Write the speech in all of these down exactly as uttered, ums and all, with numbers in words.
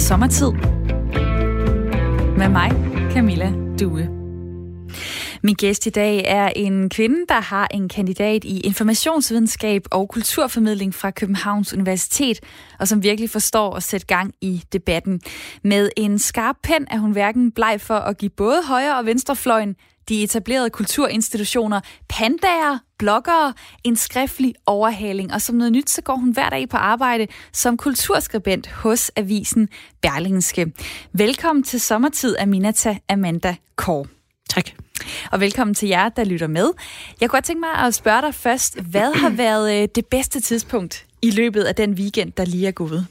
Sommertid med mig, Camilla Due. Min gæst i dag er en kvinde, der har en kandidat i informationsvidenskab og kulturformidling fra Københavns Universitet, og som virkelig forstår at sætte gang i debatten. Med en skarp pen er hun hverken bleg for at give både højre- og venstrefløjen, de etablerede kulturinstitutioner, pandaer, bloggere, en skriftlig overhaling. Og som noget nyt, så går hun hver dag på arbejde som kulturskribent hos avisen Berlingske. Velkommen til Sommertid, Aminata Amanda Kåre. Tak. Og velkommen til jer, der lytter med. Jeg kunne godt tænke mig at spørge dig først, hvad har været det bedste tidspunkt i løbet af den weekend, der lige er gået?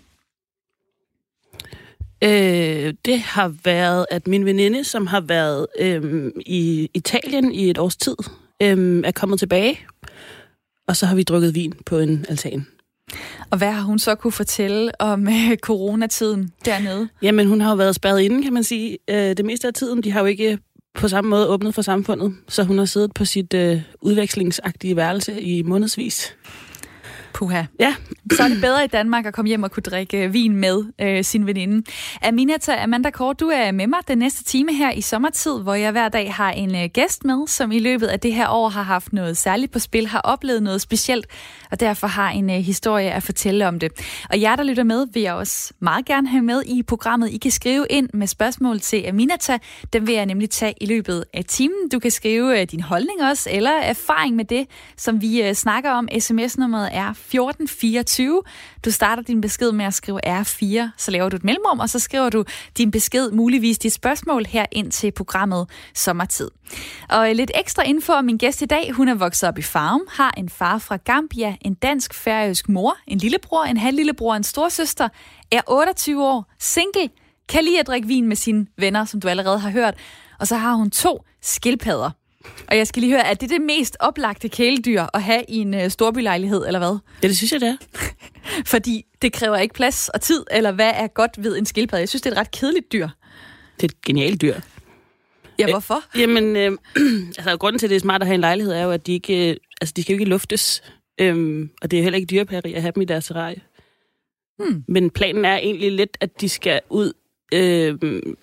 Øh, det har været, at min veninde, som har været øh, i Italien i et års tid, øh, er kommet tilbage, og så har vi drukket vin på en altan. Og hvad har hun så kunne fortælle om øh, coronatiden dernede? Jamen, hun har jo været spærret inde, kan man sige, øh, det meste af tiden. De har jo ikke på samme måde åbnet for samfundet, så hun har siddet på sit øh, udvekslingsagtige værelse i månedsvis. Puha. Ja. Så er det bedre i Danmark at komme hjem og kunne drikke vin med øh, sin veninde. Aminata Amanda Kåre, du er med mig den næste time her i Sommertid, hvor jeg hver dag har en øh, gæst med, som i løbet af det her år har haft noget særligt på spil, har oplevet noget specielt, og derfor har en øh, historie at fortælle om det. Og jer, der lytter med, vil jeg også meget gerne have med i programmet. I kan skrive ind med spørgsmål til Aminata. Dem vil jeg nemlig tage i løbet af timen. Du kan skrive øh, din holdning også, eller erfaring med det, som vi øh, snakker om. S M S-nummeret er fjorten fireogtyve. Du starter din besked med at skrive R fire, så laver du et mellemrum, og så skriver du din besked, muligvis dit spørgsmål, her ind til programmet Sommertid. Og lidt ekstra info om min gæst i dag. Hun er vokset op i Farum, har en far fra Gambia, en dansk-færøsk mor, en lillebror, en halvlillebror, en storsøster, er otteogtyve år, single, kan lide at drikke vin med sine venner, som du allerede har hørt, og så har hun to skildpadder. Og jeg skal lige høre, er det det mest oplagte kæledyr at have i en uh, storbylejlighed, eller hvad? Ja, det synes jeg, det er. Fordi det kræver ikke plads og tid, eller hvad er godt ved en skildpadde? Jeg synes, det er et ret kedeligt dyr. Det er et genialt dyr. Ja, hvorfor? Øh, jamen, øh, altså grunden til, at det er smart at have en lejlighed, er jo, at de ikke, øh, altså, de skal jo ikke luftes. Øhm, og det er heller ikke dyrepæri at have dem i deres terrarie. Hmm. Men planen er egentlig lidt, at de skal ud øh,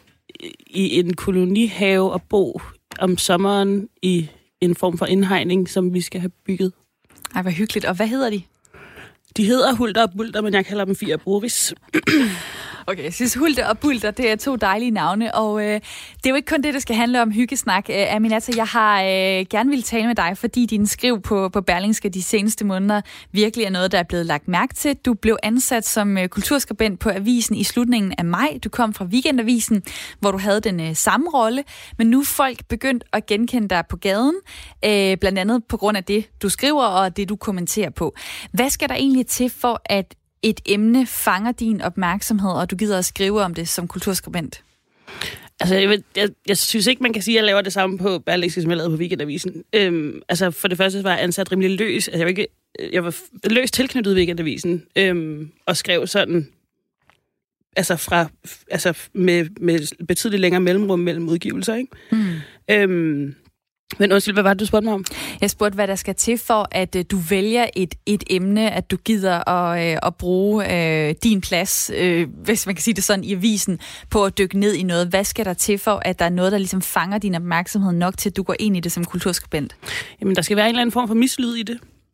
i en kolonihave og bo om sommeren i en form for indhegning, som vi skal have bygget. Ej, hvor hyggeligt. Og hvad hedder de? De hedder Hulter og Bulter, men jeg kalder dem Fia Boris. Okay, jeg synes Hulter og Bulter, det er to dejlige navne, og øh, det er jo ikke kun det, der skal handle om hyggesnak. Øh, Aminata, jeg har øh, gerne ville tale med dig, fordi din skriv på, på Berlingske de seneste måneder virkelig er noget, der er blevet lagt mærke til. Du blev ansat som øh, kulturskribent på avisen i slutningen af maj. Du kom fra Weekendavisen, hvor du havde den øh, samme rolle, men nu er folk begyndt at genkende dig på gaden, øh, blandt andet på grund af det, du skriver og det, du kommenterer på. Hvad skal der egentlig til for, at et emne fanger din opmærksomhed, og du gider at skrive om det som kulturskribent? Altså, jeg, ved, jeg, jeg synes ikke, man kan sige, at jeg laver det samme på Berlingske, som jeg lavede på Weekendavisen. Øhm, altså, for det første var jeg ansat rimelig løs. Altså, jeg var, ikke, jeg var løs tilknyttet Weekendavisen, øhm, og skrev sådan, altså, fra, altså med, med betydeligt længere mellemrum mellem udgivelser, ikke? Mm. Øhm, Men undskyld, hvad var det, du spurgte mig om? Jeg spurgte, hvad der skal til for, at uh, du vælger et, et emne, at du gider at, uh, at bruge uh, din plads, uh, hvis man kan sige det sådan, i avisen, på at dykke ned i noget. Hvad skal der til for, at der er noget, der ligesom fanger din opmærksomhed nok til, at du går ind i det som kulturskribent? Jamen, der skal være en eller anden form for mislyd i det.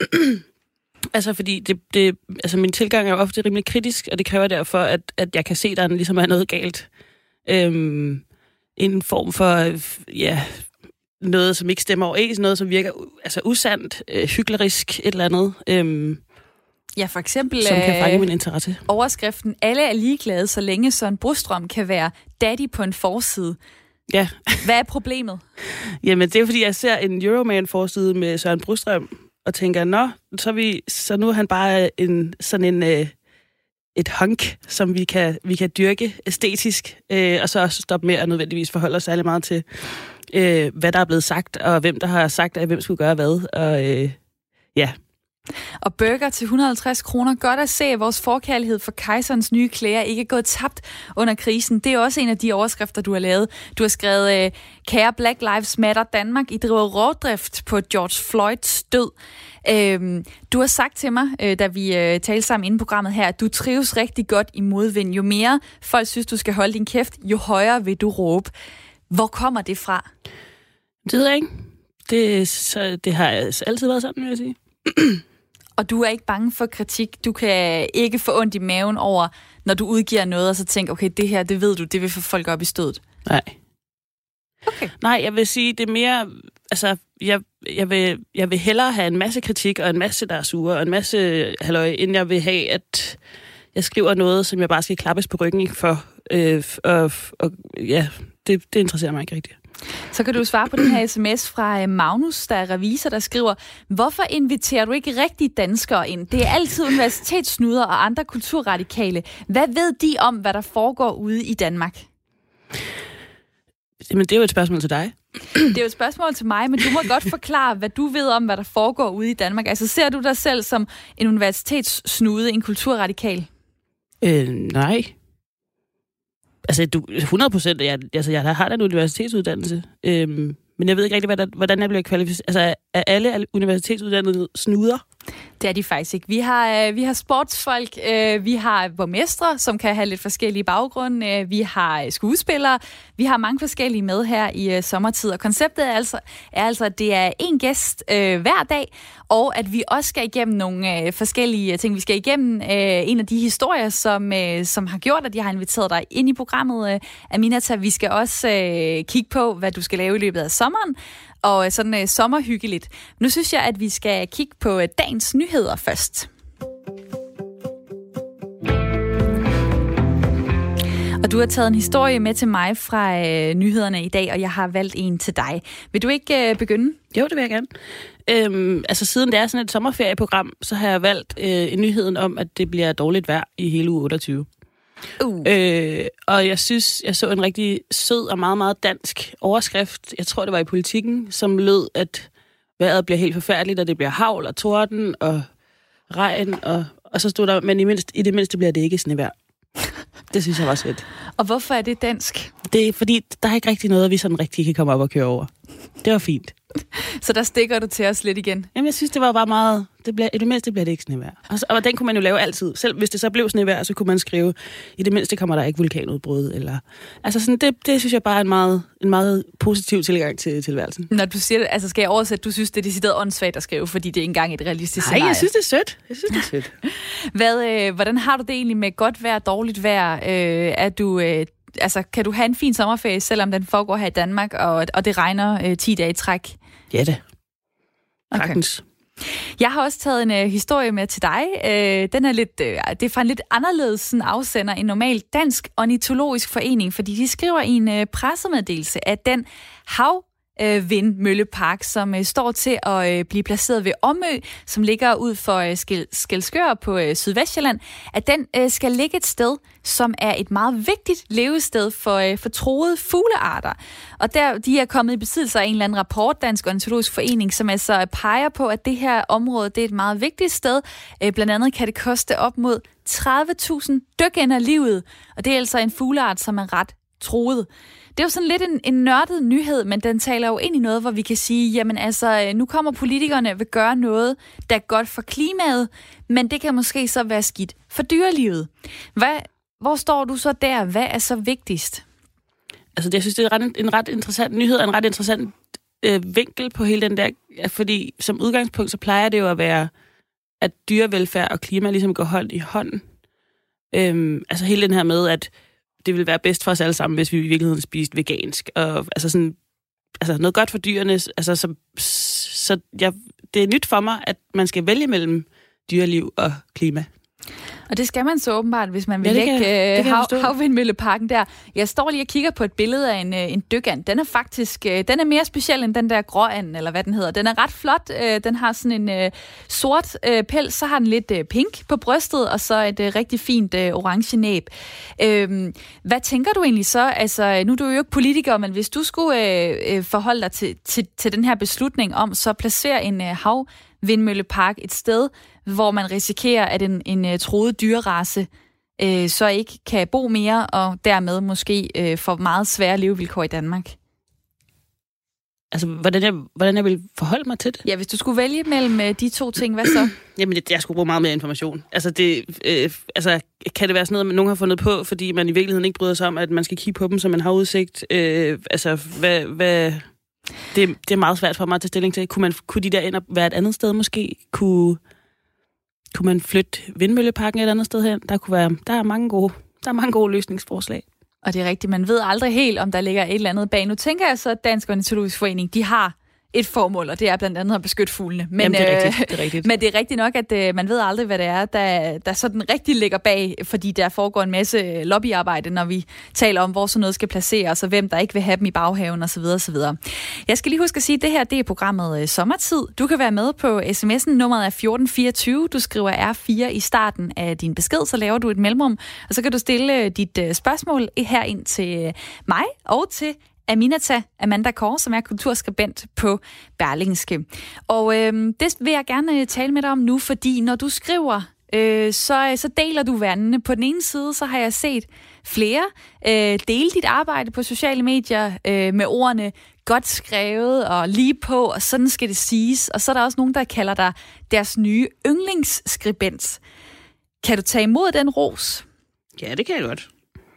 Altså, fordi det, det, altså, min tilgang er jo ofte rimelig kritisk, og det kræver derfor, at, at jeg kan se, at der ligesom er noget galt. Øhm, en form for, ja... noget, som ikke stemmer overens, noget, som virker altså usandt, øh, hyklerisk, et eller andet. Øhm, ja, for eksempel... Som kan fange min interesse. Overskriften, alle er ligeglade, så længe Søren Brostrøm kan være daddy på en forside. Ja. Hvad er problemet? Jamen, det er fordi, jeg ser en Euroman-forside med Søren Brostrøm, og tænker, nå, så, vi, så nu er han bare en, sådan en... Øh, et hunk, som vi kan, vi kan dyrke æstetisk, øh, og så også stoppe med at nødvendigvis forholde os særlig meget til, øh, hvad der er blevet sagt, og hvem der har sagt, at hvem skulle gøre hvad, og øh, ja. og burger til et hundrede og halvtreds kroner. Godt at se, at vores forkærlighed for kejserens nye klæder ikke er gået tabt under krisen. Det er også en af de overskrifter, du har lavet. Du har skrevet, øh, kære Black Lives Matter Danmark, I driver rovdrift på George Floyds død. Øh, du har sagt til mig, øh, da vi øh, talte sammen inden programmet her, at du trives rigtig godt i modvind. Jo mere folk synes, du skal holde din kæft, jo højere vil du råbe. Hvor kommer det fra? Det ved jeg ikke. Det, så, det har altid været sådan, vil jeg sige. Og du er ikke bange for kritik. Du kan ikke få ondt i maven over, når du udgiver noget, og så tænker, okay, det her, det ved du, det vil få folk op i stødet. Nej. Okay. Nej, jeg vil sige, det er mere... Altså, jeg, jeg, vil, jeg vil hellere have en masse kritik, og en masse, der er sure, og en masse halløj, end jeg vil have, at jeg skriver noget, som jeg bare skal klappes på ryggen for. Øh, og, og ja, det, det interesserer mig ikke rigtigt. Så kan du svare på den her sms fra Magnus, der er revisor, der skriver, hvorfor inviterer du ikke rigtige danskere ind? Det er altid universitetssnuder og andre kulturradikale. Hvad ved de om, hvad der foregår ude i Danmark? Jamen, det er jo et spørgsmål til dig. Det er jo et spørgsmål til mig, men du må godt forklare, hvad du ved om, hvad der foregår ude i Danmark. Altså, ser du dig selv som en universitetssnude, en kulturradikal? Øh, nej. Altså, du, hundrede procent, jeg, altså, jeg har da en universitetsuddannelse, øhm, men jeg ved ikke rigtig, hvordan, hvordan jeg bliver kvalificeret. Altså, er alle universitetsuddannede snuder? Det er de faktisk ikke. Vi har, vi har sportsfolk, vi har borgmestre, som kan have lidt forskellige baggrunde, vi har skuespillere, vi har mange forskellige med her i sommertid, og konceptet er altså, er altså at det er en gæst øh, hver dag, og at vi også skal igennem nogle øh, forskellige ting. Vi skal igennem øh, en af de historier, som, øh, som har gjort, at jeg har inviteret dig ind i programmet, øh, Aminata. Vi skal også øh, kigge på, hvad du skal lave i løbet af sommeren, og sådan øh, sommerhyggeligt. Nu synes jeg, at vi skal kigge på øh, dagens nyheder først. Og du har taget en historie med til mig fra øh, nyhederne i dag, og jeg har valgt en til dig. Vil du ikke øh, begynde? Jo, det vil jeg gerne. Øhm, altså siden det er sådan et sommerferieprogram, så har jeg valgt øh, nyheden om, at det bliver dårligt vejr i hele uge otteogtyve. Uh. Øh, og jeg synes, jeg så en rigtig sød og meget, meget dansk overskrift. Jeg tror, det var i Politikken, som lød, at vejret bliver helt forfærdeligt, og det bliver hagl og torden og regn. Og, og så stod der, men i, mindst, i det mindste bliver det ikke snevejr. Det synes jeg var sødt. Og hvorfor er det dansk? Det er fordi, der er ikke rigtig noget, vi sådan rigtig kan komme op og køre over. Det var fint. Så der stikker du til os lidt igen? Jamen, jeg synes, det var bare meget... Det bliver, I det mindste bliver det ikke snevejr. Og, og den kunne man jo lave altid. Selv hvis det så blev snevejr, så kunne man skrive, i det mindste kommer der ikke vulkanudbrud. Eller, altså sådan, det, det synes jeg bare er en meget, en meget positiv tilgang til tilværelsen. Når du siger det, altså skal jeg oversætte, du synes, det er decideret åndssvagt at skrive, fordi det er ikke engang et realistisk scenarie? Nej, jeg synes, det er sødt. Jeg synes, det er sødt. Hvad, øh, hvordan har du det egentlig med godt vejr, dårligt vejr? Øh, er du... Øh, altså, kan du have en fin sommerferie, selvom den foregår her i Danmark, og, og det regner øh, ti dage i træk? Ja det. Okay. Jeg har også taget en øh, historie med til dig. Øh, den er lidt, øh, det er fra en lidt anderledes sådan, afsender end normalt. Dansk Ornitologisk Forening, fordi de skriver i en øh, pressemeddelelse, at den hav øh, vindmøllepark, som øh, står til at øh, blive placeret ved Omø, som ligger ud for øh, Skæl, Skælskør på øh, Sydvestjylland, at den øh, skal ligge et sted, som er et meget vigtigt levested for, øh, for truede fuglearter. Og der, de er kommet i besiddelse af en eller anden rapport, Dansk Ornitologisk Forening, som altså peger på, at det her område det er et meget vigtigt sted. Øh, blandt andet kan det koste op mod tredive tusind dyk ind af livet, og det er altså en fugleart, som er ret truet. Det er jo sådan lidt en, en nørdet nyhed, men den taler jo ind i noget, hvor vi kan sige, jamen altså, nu kommer politikerne og vil gøre noget, der er godt for klimaet, men det kan måske så være skidt for dyrelivet. Hvad, hvor står du så der? Hvad er så vigtigst? Altså, jeg synes, det er ret, en ret interessant nyhed, og en ret interessant øh, vinkel på hele den der, fordi som udgangspunkt, så plejer det jo at være, at dyrevelfærd og klima ligesom går hånd i hånd. Øhm, altså hele den her med, at det ville være bedst for os alle sammen, hvis vi i virkeligheden spiste vegansk. Og altså sådan, altså noget godt for dyrene. Altså, så, så ja, det er nyt for mig, at man skal vælge mellem dyreliv og klima. Og det skal man så åbenbart, hvis man vil ja, lægge uh, hav, havvindmølleparken der. Jeg står lige og kigger på et billede af en, uh, en dykand. Den er faktisk uh, den er mere speciel end den der gråand, eller hvad den hedder. Den er ret flot. Uh, den har sådan en uh, sort uh, pels, så har den lidt uh, pink på brystet, og så et uh, rigtig fint uh, orange næb. Uh, hvad tænker du egentlig så? Altså, nu er du jo ikke politiker, men hvis du skulle uh, uh, forholde dig til, til, til den her beslutning om så placere en uh, hav vindmøllepark, et sted, hvor man risikerer, at en, en uh, truet dyrerace uh, så ikke kan bo mere, og dermed måske uh, får meget svære levevilkår i Danmark? Altså, hvordan jeg, hvordan jeg vil forholde mig til det? Ja, hvis du skulle vælge mellem uh, de to ting, hvad så? Jamen, jeg skulle bruge meget mere information. Altså, det, øh, altså, kan det være sådan noget, man nogen har fundet på, fordi man i virkeligheden ikke bryder sig om, at man skal kigge på dem, så man har udsigt? Øh, altså, hvad... hvad det, det er meget svært for mig at tage stilling til. Kunne, man, kunne de der ind og være et andet sted måske? Kunne, kunne man flytte vindmølleparken et andet sted hen? Der kunne være, der er mange gode, der er mange gode løsningsforslag. Og det er rigtigt, man ved aldrig helt, om der ligger et eller andet bag. Nu tænker jeg så, at Dansk Ornitologisk Forening, de har et formål, og det er blandt andet at beskytte fuglene. Men, Jamen, det er rigtigt. Det er rigtigt. Men det er rigtigt nok, at øh, man ved aldrig, hvad det er, der, der sådan rigtig ligger bag, fordi der foregår en masse lobbyarbejde, når vi taler om, hvor sådan noget skal placeres, og hvem der ikke vil have dem i baghaven, osv. osv. Jeg skal lige huske at sige, at det her det er programmet øh, Sommertid. Du kan være med på sms'en. Nummeret er fjorten fireogtyve. Du skriver R fire i starten af din besked, så laver du et mellemrum, og så kan du stille dit øh, spørgsmål her ind til mig og til Aminata Amanda Kåre, som er kulturskribent på Berlingske. Og øh, det vil jeg gerne tale med dig om nu, fordi når du skriver, øh, så, så deler du vandene. På den ene side, så har jeg set flere øh, dele dit arbejde på sociale medier øh, med ordene godt skrevet og lige på, og sådan skal det siges. Og så er der også nogen, der kalder dig deres nye yndlingsskribent. Kan du tage imod den ros? Ja, det kan jeg godt.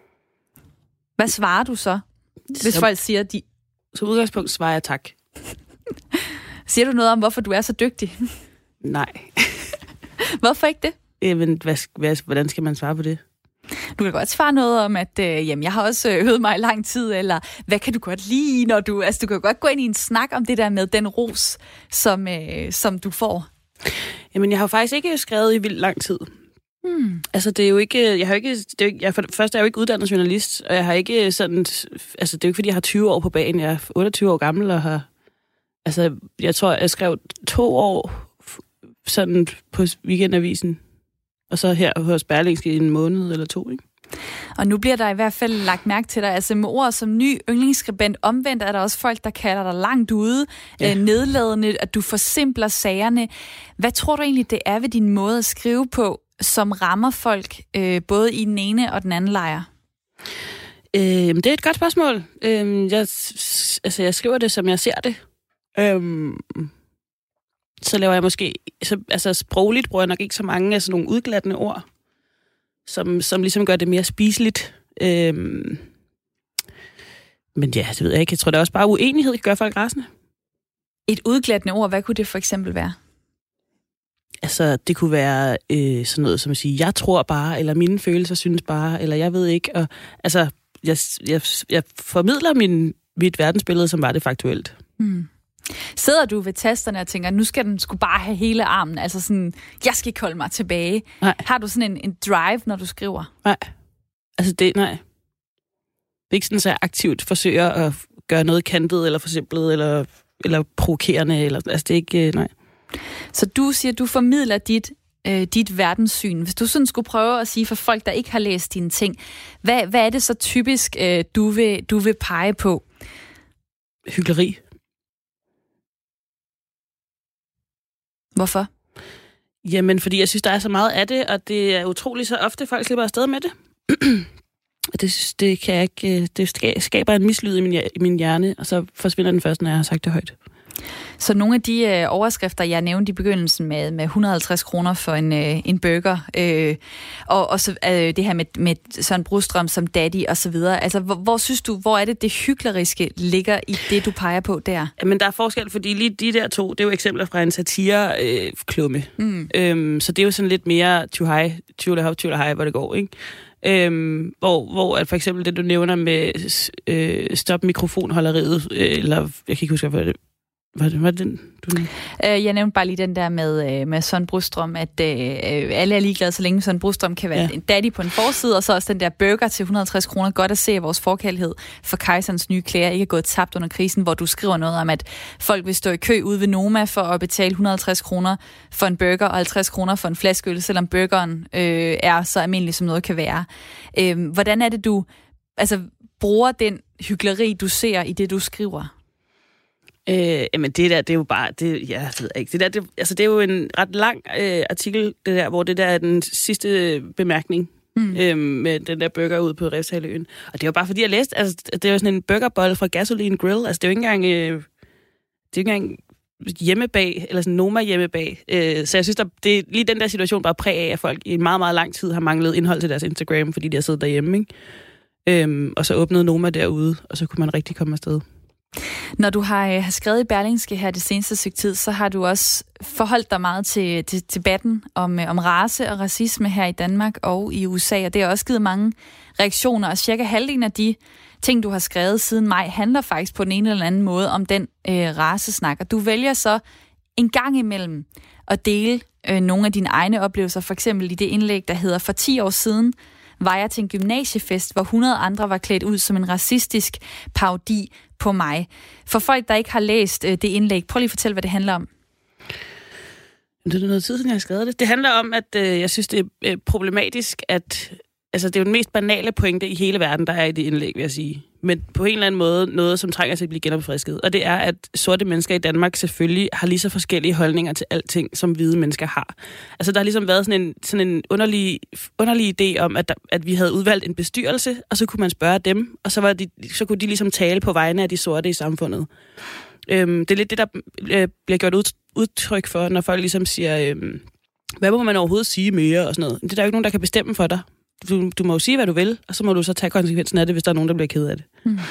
Hvad svarer du så? Hvis så, folk siger, de... Så udgangspunkt svarer jeg tak. Siger du noget om, hvorfor du er så dygtig? Nej. Hvorfor ikke det? Jamen, hvad, hvad, hvordan skal man svare på det? Du kan godt svare noget om, at øh, jamen, jeg har også øh, øvet mig i lang tid, eller hvad kan du godt lide, når du... Altså, du kan godt gå ind i en snak om det der med den ros, som, øh, som du får. Jamen, jeg har faktisk ikke skrevet i vildt lang tid. Hmm. Altså, det er jo ikke... Jeg har ikke, det er jo ikke jeg, for det første er jeg jo ikke uddannet journalist, og jeg har ikke sådan... Altså, det er jo ikke, fordi jeg har tyve år på bagen. Jeg er otteogtyve år gammel og har... Altså, jeg tror, jeg skrev to år sådan på Weekendavisen, og så her hos Berlingske i en måned eller to, ikke? Og nu bliver der i hvert fald lagt mærke til dig. Altså med ord som ny yndlingsskribent, omvendt er der også folk, der kalder dig langt ude, ja. øh, nedladende, at du forsimpler sagerne. Hvad tror du egentlig, det er ved din måde at skrive på, som rammer folk øh, både i den ene og den anden lejr? Øh, det er et godt spørgsmål. Øh, jeg, altså, jeg skriver det, som jeg ser det. Øh, så laver jeg måske... Så, altså sprogligt bruger jeg nok ikke så mange af sådan nogle udglattende ord, som, som ligesom gør det mere spiseligt. Øh, men ja, det ved jeg ikke. Jeg tror, det er også bare uenighed, kan gøre folk rasende. Et udglattende ord, hvad kunne det for eksempel være? Altså, det kunne være øh, sådan noget som at sige, jeg tror bare, eller mine følelser synes bare, eller jeg ved ikke. Og, altså, jeg, jeg, jeg formidler min, mit verdensbillede, som var det faktuelt. Mm. Sidder du ved tasterne og tænker, nu skal den sgu bare have hele armen, altså sådan, jeg skal ikke holde mig tilbage. Nej. Har du sådan en, en drive, når du skriver? Nej. Altså, det, nej. Det er ikke sådan, at jeg aktivt forsøger at gøre noget kantet, eller forsimplet, eller, eller provokerende, eller, altså det er ikke, nej. Så du siger, du formidler dit, øh, dit verdenssyn. Hvis du sådan skulle prøve at sige for folk, der ikke har læst dine ting, hvad, hvad er det så typisk, øh, du, vil, du vil pege på? Hykleri. Hvorfor? Jamen, fordi jeg synes, der er så meget af det, og det er utroligt så ofte, folk slipper afsted med det. Og det, det, kan jeg ikke, det skaber en mislyd i min, i min hjerne, og så forsvinder den først, når jeg har sagt det højt. Så nogle af de øh, overskrifter, jeg nævnte i begyndelsen med, med et hundrede og halvtreds kroner for en, øh, en burger, øh, og, og så øh, det her med, med Søren Brostrøm som daddy og så videre. Altså, hvor, hvor synes du, hvor er det det hykleriske ligger i det, du peger på der? Men der er forskel, fordi lige de der to, det er jo eksempler fra en satire-klumme. Øh, mm. øhm, så det er jo sådan lidt mere tjuhej, tjulahop, tjulahej, hvor det går, ikke? Øhm, hvor, hvor at for eksempel det, du nævner med øh, stop mikrofonholderiet, øh, eller jeg kan ikke huske, hvad det Hvad var det den, du nævnte? Jeg nævnte bare lige den der med, med Søren Brostrøm, at øh, alle er ligeglade, så længe Søren Brostrøm kan være ja. en daddy på en forside, og så også den der burger til et hundrede og halvtreds kroner. Godt at se, at vores forkærlighed for kejserens nye klæder ikke er gået tabt under krisen, hvor du skriver noget om, at folk vil stå i kø ude ved Noma for at betale et hundrede og halvtreds kroner for en burger og halvtreds kroner for en flaske øl, selvom burgeren øh, er så almindelig, som noget kan være. Øh, hvordan er det, du altså, bruger den hykleri, du ser i det, du skriver? Øh, jamen det der, det er jo bare, det, ja, det ved jeg ikke. Det der, det, altså det er jo en ret lang øh, artikel, det der, hvor det der er den sidste bemærkning mm. øh, med den der burger ude på Refshaleøen. Og det er jo bare fordi, jeg læste, altså det er jo sådan en burgerbolle fra Gasoline Grill. Altså det er jo ikke engang, øh, det er jo ikke engang hjemmebag, eller sådan Noma hjemmebag. Øh, så jeg synes, der, det er lige den der situation bare præg af, at folk i en meget, meget lang tid har manglet indhold til deres Instagram, fordi de har siddet derhjemme, ikke? Øh, og så åbnede Noma derude, og så kunne man rigtig komme afsted. Når du har, har skrevet i Berlingske her det seneste stykke tid, så har du også forholdt dig meget til, til debatten om, om race og racisme her i Danmark og i U S A, og det har også givet mange reaktioner, og cirka halvdelen af de ting, du har skrevet siden maj, handler faktisk på den ene eller anden måde om den øh, racesnak, og du vælger så en gang imellem at dele øh, nogle af dine egne oplevelser, for eksempel i det indlæg, der hedder For ti år siden var jeg til en gymnasiefest, hvor hundrede andre var klædt ud som en racistisk parodi på mig. For folk, der ikke har læst øh, det indlæg, prøv lige at fortælle, hvad det handler om. Det er noget tid siden, jeg har skrevet det. Det handler om, at øh, jeg synes, det er øh, problematisk, at altså, det er jo den mest banale pointe i hele verden, der er i det indlæg, vil jeg sige. Men på en eller anden måde noget, som trænger til at blive genopfrisket. Og det er, at sorte mennesker i Danmark selvfølgelig har lige så forskellige holdninger til alting, som hvide mennesker har. Altså, der har ligesom været sådan en, sådan en underlig, underlig idé om, at, der, at vi havde udvalgt en bestyrelse, og så kunne man spørge dem, og så, var de, så kunne de ligesom tale på vegne af de sorte i samfundet. Øhm, det er lidt det, der øh, bliver gjort ud, udtryk for, når folk ligesom siger, øh, hvad må man overhovedet sige mere og sådan noget. Det er der jo ikke nogen, der kan bestemme for dig. Du, du må jo sige, hvad du vil, og så må du så tage konsekvensen af det, hvis der er nogen, der bliver ked af det. Hmm.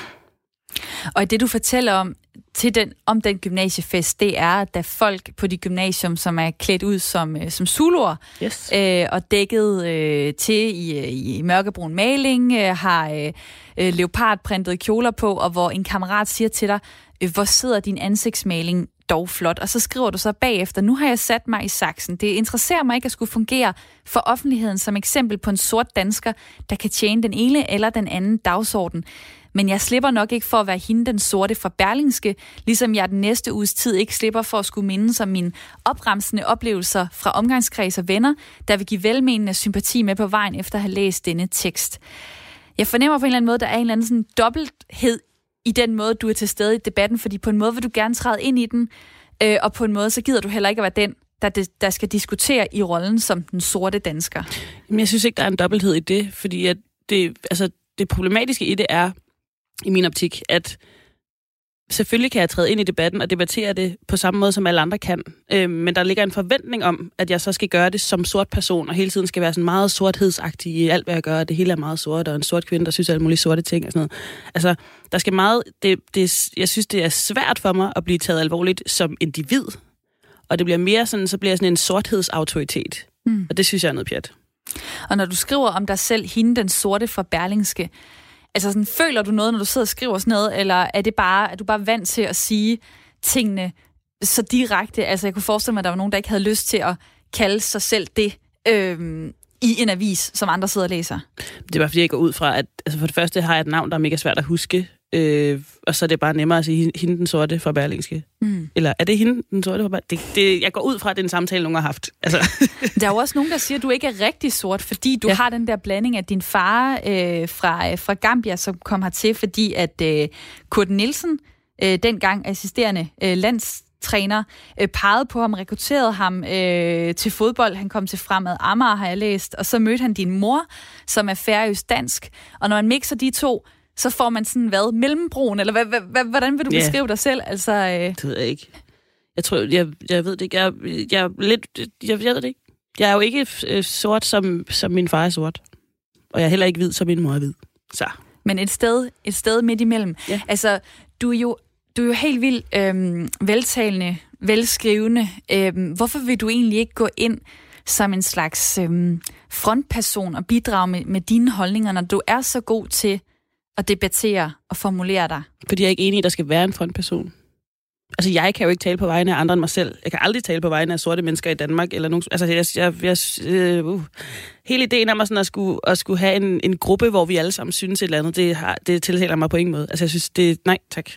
Og det, du fortæller om, til den, om den gymnasiefest, det er, at der er folk på de gymnasium, som er klædt ud som, som zuluer, yes. øh, og dækket øh, til i, i mørkebrun maling, øh, har øh, leopardprintede kjoler på, og hvor en kammerat siger til dig, øh, hvor sidder din ansigtsmaling dog flot. Og så skriver du så bagefter, nu har jeg sat mig i saksen. Det interesserer mig ikke at skulle fungere for offentligheden som eksempel på en sort dansker, der kan tjene den ene eller den anden dagsorden. Men jeg slipper nok ikke for at være hende den sorte fra Berlingske, ligesom jeg den næste uges tid ikke slipper for at skulle mindes om mine opremsende oplevelser fra omgangskreds og venner, der vil give velmenende sympati med på vejen efter at have læst denne tekst. Jeg fornemmer på en eller anden måde, der er en eller anden sådan dobbelthed i den måde, du er til stede i debatten, fordi på en måde vil du gerne træde ind i den, øh, og på en måde, så gider du heller ikke at være den, der, der skal diskutere i rollen som den sorte dansker. Men jeg synes ikke, der er en dobbelthed i det, fordi at det, altså, det problematiske i det er, i min optik, at selvfølgelig kan jeg træde ind i debatten og debattere det på samme måde, som alle andre kan. Øh, men der ligger en forventning om, at jeg så skal gøre det som sort person, og hele tiden skal være sådan meget sorthedsagtig i alt, hvad jeg gør. Det hele er meget sort, og en sort kvinde, der synes alle mulige sorte ting og sådan noget. Altså, der skal meget... Det, det, jeg synes, det er svært for mig at blive taget alvorligt som individ. Og det bliver mere sådan, så bliver jeg sådan en sorthedsautoritet. Mm. Og det synes jeg er noget pjat. Og når du skriver om dig selv, hende den sorte fra Berlingske, altså sådan, føler du noget, når du sidder og skriver sådan noget, eller er det bare, er du bare vant til at sige tingene så direkte? Altså, jeg kunne forestille mig, at der var nogen, der ikke havde lyst til at kalde sig selv det øhm, i en avis, som andre sidder og læser. Det er bare, fordi jeg går ud fra, at altså for det første har jeg et navn, der er mega svært at huske, øh, og så er det bare nemmere at sige hende den sorte fra Berlingske. Mm. Eller er det hende den sorte fra Berlingske? Det, det, jeg går ud fra, at det er en samtale, nogen har haft. Altså. Der er jo også nogen, der siger, at du ikke er rigtig sort, fordi du ja. har den der blanding af din far øh, fra, fra Gambia, som kom hertil, fordi at øh, Kurt Nielsen, øh, dengang assisterende øh, landstræner, øh, pegede på ham, rekrutterede ham øh, til fodbold. Han kom til Fremad Amager, har jeg læst, og så mødte han din mor, som er færøsk dansk. Og når man mixer de to, så får man sådan, hvad, mellembroen, eller hvad, hvad, hvordan vil du beskrive yeah. dig selv? Altså, øh... Det ved jeg ikke. Jeg tror, jeg, jeg ved det ikke. Jeg, jeg er lidt, jeg, jeg ved det ikke. Jeg er jo ikke øh, sort, som, som min far er sort. Og jeg er heller ikke hvid, som min mor er hvid. Så. Men et sted, et sted midt imellem. Yeah. Altså, du er jo, du er jo helt vildt øh, veltalende, velskrivende. Øh, hvorfor vil du egentlig ikke gå ind som en slags øh, frontperson og bidrage med, med dine holdninger, når du er så god til at debattere og formulere dig? Fordi jeg er ikke enig i, at der skal være en frontperson. Altså, jeg kan jo ikke tale på vegne af andre end mig selv. Jeg kan aldrig tale på vegne af sorte mennesker i Danmark. Eller nogen, altså, jeg, jeg, jeg, øh, uh. Hele ideen om at, sådan at, skulle, at skulle have en, en gruppe, hvor vi alle sammen synes et eller andet, det, har, det tiltaler mig på ingen måde. Altså, jeg synes, det nej, tak.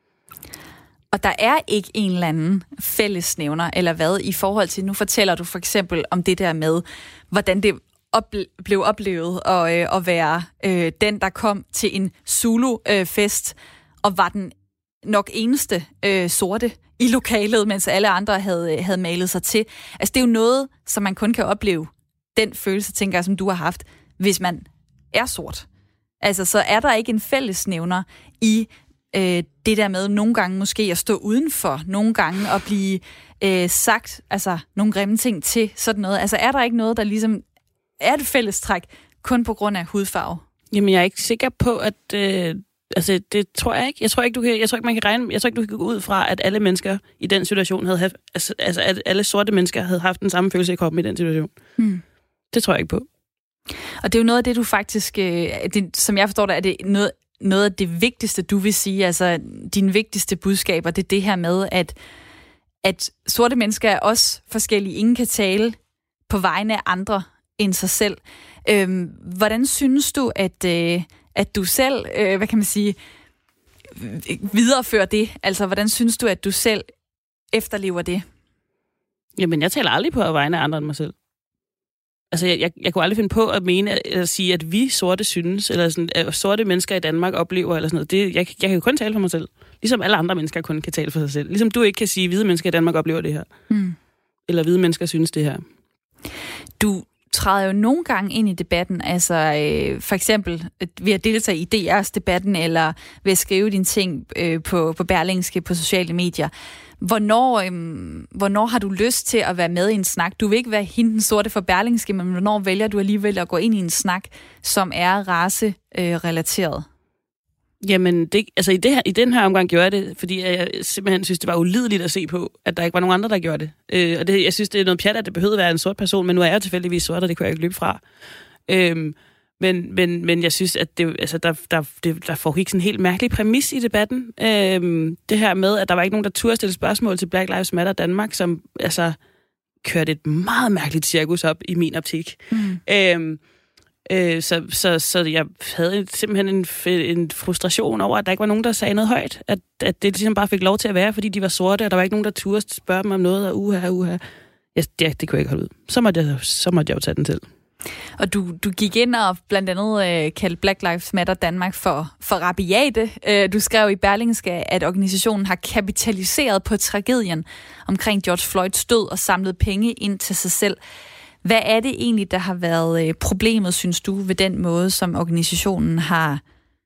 Og der er ikke en eller anden fællesnævner, eller hvad, i forhold til, nu fortæller du for eksempel om det der med, hvordan det ople- blev oplevet at, øh, at være øh, den, der kom til en Zulu-fest, øh, og var den nok eneste øh, sorte i lokalet, mens alle andre havde, havde malet sig til. Altså, det er jo noget, som man kun kan opleve, den følelse, tænker jeg, som du har haft, hvis man er sort. Altså, så er der ikke en fællesnævner i øh, det der med nogle gange måske at stå udenfor, nogle gange at blive øh, sagt, altså, nogle grimme ting til sådan noget. Altså, er der ikke noget, der ligesom er et fællestræk kun på grund af hudfarve? Jamen, jeg er ikke sikker på, at... Øh Altså, det tror jeg ikke. Jeg tror ikke, du kan, jeg tror ikke, man kan regne, jeg tror ikke, du kan gå ud fra, at alle mennesker i den situation havde haft, altså, altså at alle sorte mennesker havde haft den samme følelse i kroppen i den situation. Hmm. Det tror jeg ikke på. Og det er jo noget af det, du faktisk, det, som jeg forstår det, er det noget, noget af det vigtigste, du vil sige, altså dine vigtigste budskaber, det er det her med, at, at sorte mennesker er også forskellige. Ingen kan tale på vegne af andre end sig selv. Øhm, hvordan synes du, at... Øh, at du selv, øh, hvad kan man sige, viderefører det? Altså, hvordan synes du, at du selv efterlever det? Jamen, jeg taler aldrig på at vegne af andre end mig selv. Altså, jeg, jeg, jeg kunne aldrig finde på at mene, eller sige, at vi sorte synes, eller sådan, at sorte mennesker i Danmark oplever, eller sådan noget. Det, jeg, jeg kan jo kun tale for mig selv. Ligesom alle andre mennesker kun kan tale for sig selv. Ligesom du ikke kan sige, at hvide mennesker i Danmark oplever det her. Mm. Eller hvide mennesker synes det her. Du træder jo nogle gange ind i debatten, altså øh, for eksempel ved at deltage i D R's debatten, eller ved at skrive dine ting øh, på, på Berlingske, på sociale medier. Hvornår, øh, hvornår har du lyst til at være med i en snak? Du vil ikke være hende den sorte for Berlingske, men hvornår vælger du alligevel at gå ind i en snak, som er racerelateret? Øh, Jamen, det, altså i, det her, i den her omgang gjorde jeg det, fordi jeg simpelthen synes, det var ulideligt at se på, at der ikke var nogen andre, der gjorde det. Øh, og det, jeg synes, det er noget pjat, at det behøvede at være en sort person, men nu er jeg jo tilfældigvis sort, og det kunne jeg ikke løbe fra. Øh, men, men, men jeg synes, at det, altså, der, der, det, der foregik sådan en helt mærkelig præmis i debatten. Øh, det her med, at der var ikke nogen, der turde stille spørgsmål til Black Lives Matter Danmark, som altså kørte et meget mærkeligt cirkus op i min optik. Mm. Øh, Så, så, så jeg havde simpelthen en, en frustration over, at der ikke var nogen, der sagde noget højt. At, at det ligesom bare fik lov til at være, fordi de var sorte, og der var ikke nogen, der turde spørge dem om noget, og uha, uha. Ja, det, det kunne jeg ikke holde ud. Så måtte jeg, så måtte jeg jo tage den til. Og du, du gik ind og blandt andet øh, kaldte Black Lives Matter Danmark for, for rabiate. Øh, du skrev i Berlingske, at organisationen har kapitaliseret på tragedien omkring George Floyds død og samlet penge ind til sig selv. Hvad er det egentlig, der har været problemet, synes du, ved den måde, som organisationen har,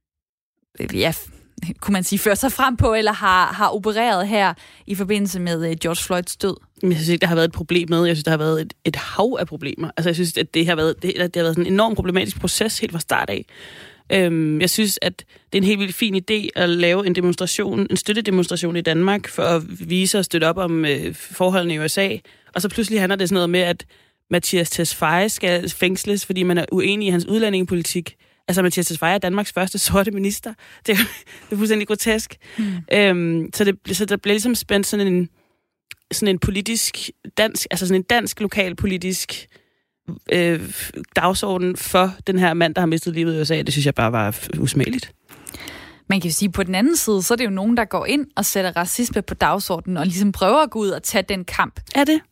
ja, kunne man sige, ført sig frem på, eller har, har opereret her i forbindelse med George Floyds død? Jeg synes ikke, der har været et problem med. Jeg synes, der har været et, et hav af problemer. Altså, jeg synes, at det har været, det, det har været sådan en enormt problematisk proces helt fra start af. Øhm, jeg synes, at det er en helt vildt fin idé at lave en demonstration, en støttedemonstration i Danmark, for at vise og støtte op om øh, forholdene i U S A. Og så pludselig handler det sådan noget med, at Mattias Tesfaye skal fængsles, fordi man er uenig i hans udlændingepolitik. Altså, Mattias Tesfaye er Danmarks første sorte minister. Det er, det er fuldstændig grotesk. Mm. Øhm, så, det, så der bliver ligesom spændt sådan en, sådan en politisk, dansk, altså sådan en dansk lokalpolitisk øh, dagsorden for den her mand, der har mistet livet i U S A. Det synes jeg bare var usmageligt. Man kan jo sige, at på den anden side, så er det jo nogen, der går ind og sætter racisme på dagsordenen, og ligesom prøver at gå ud og tage den kamp. Er det?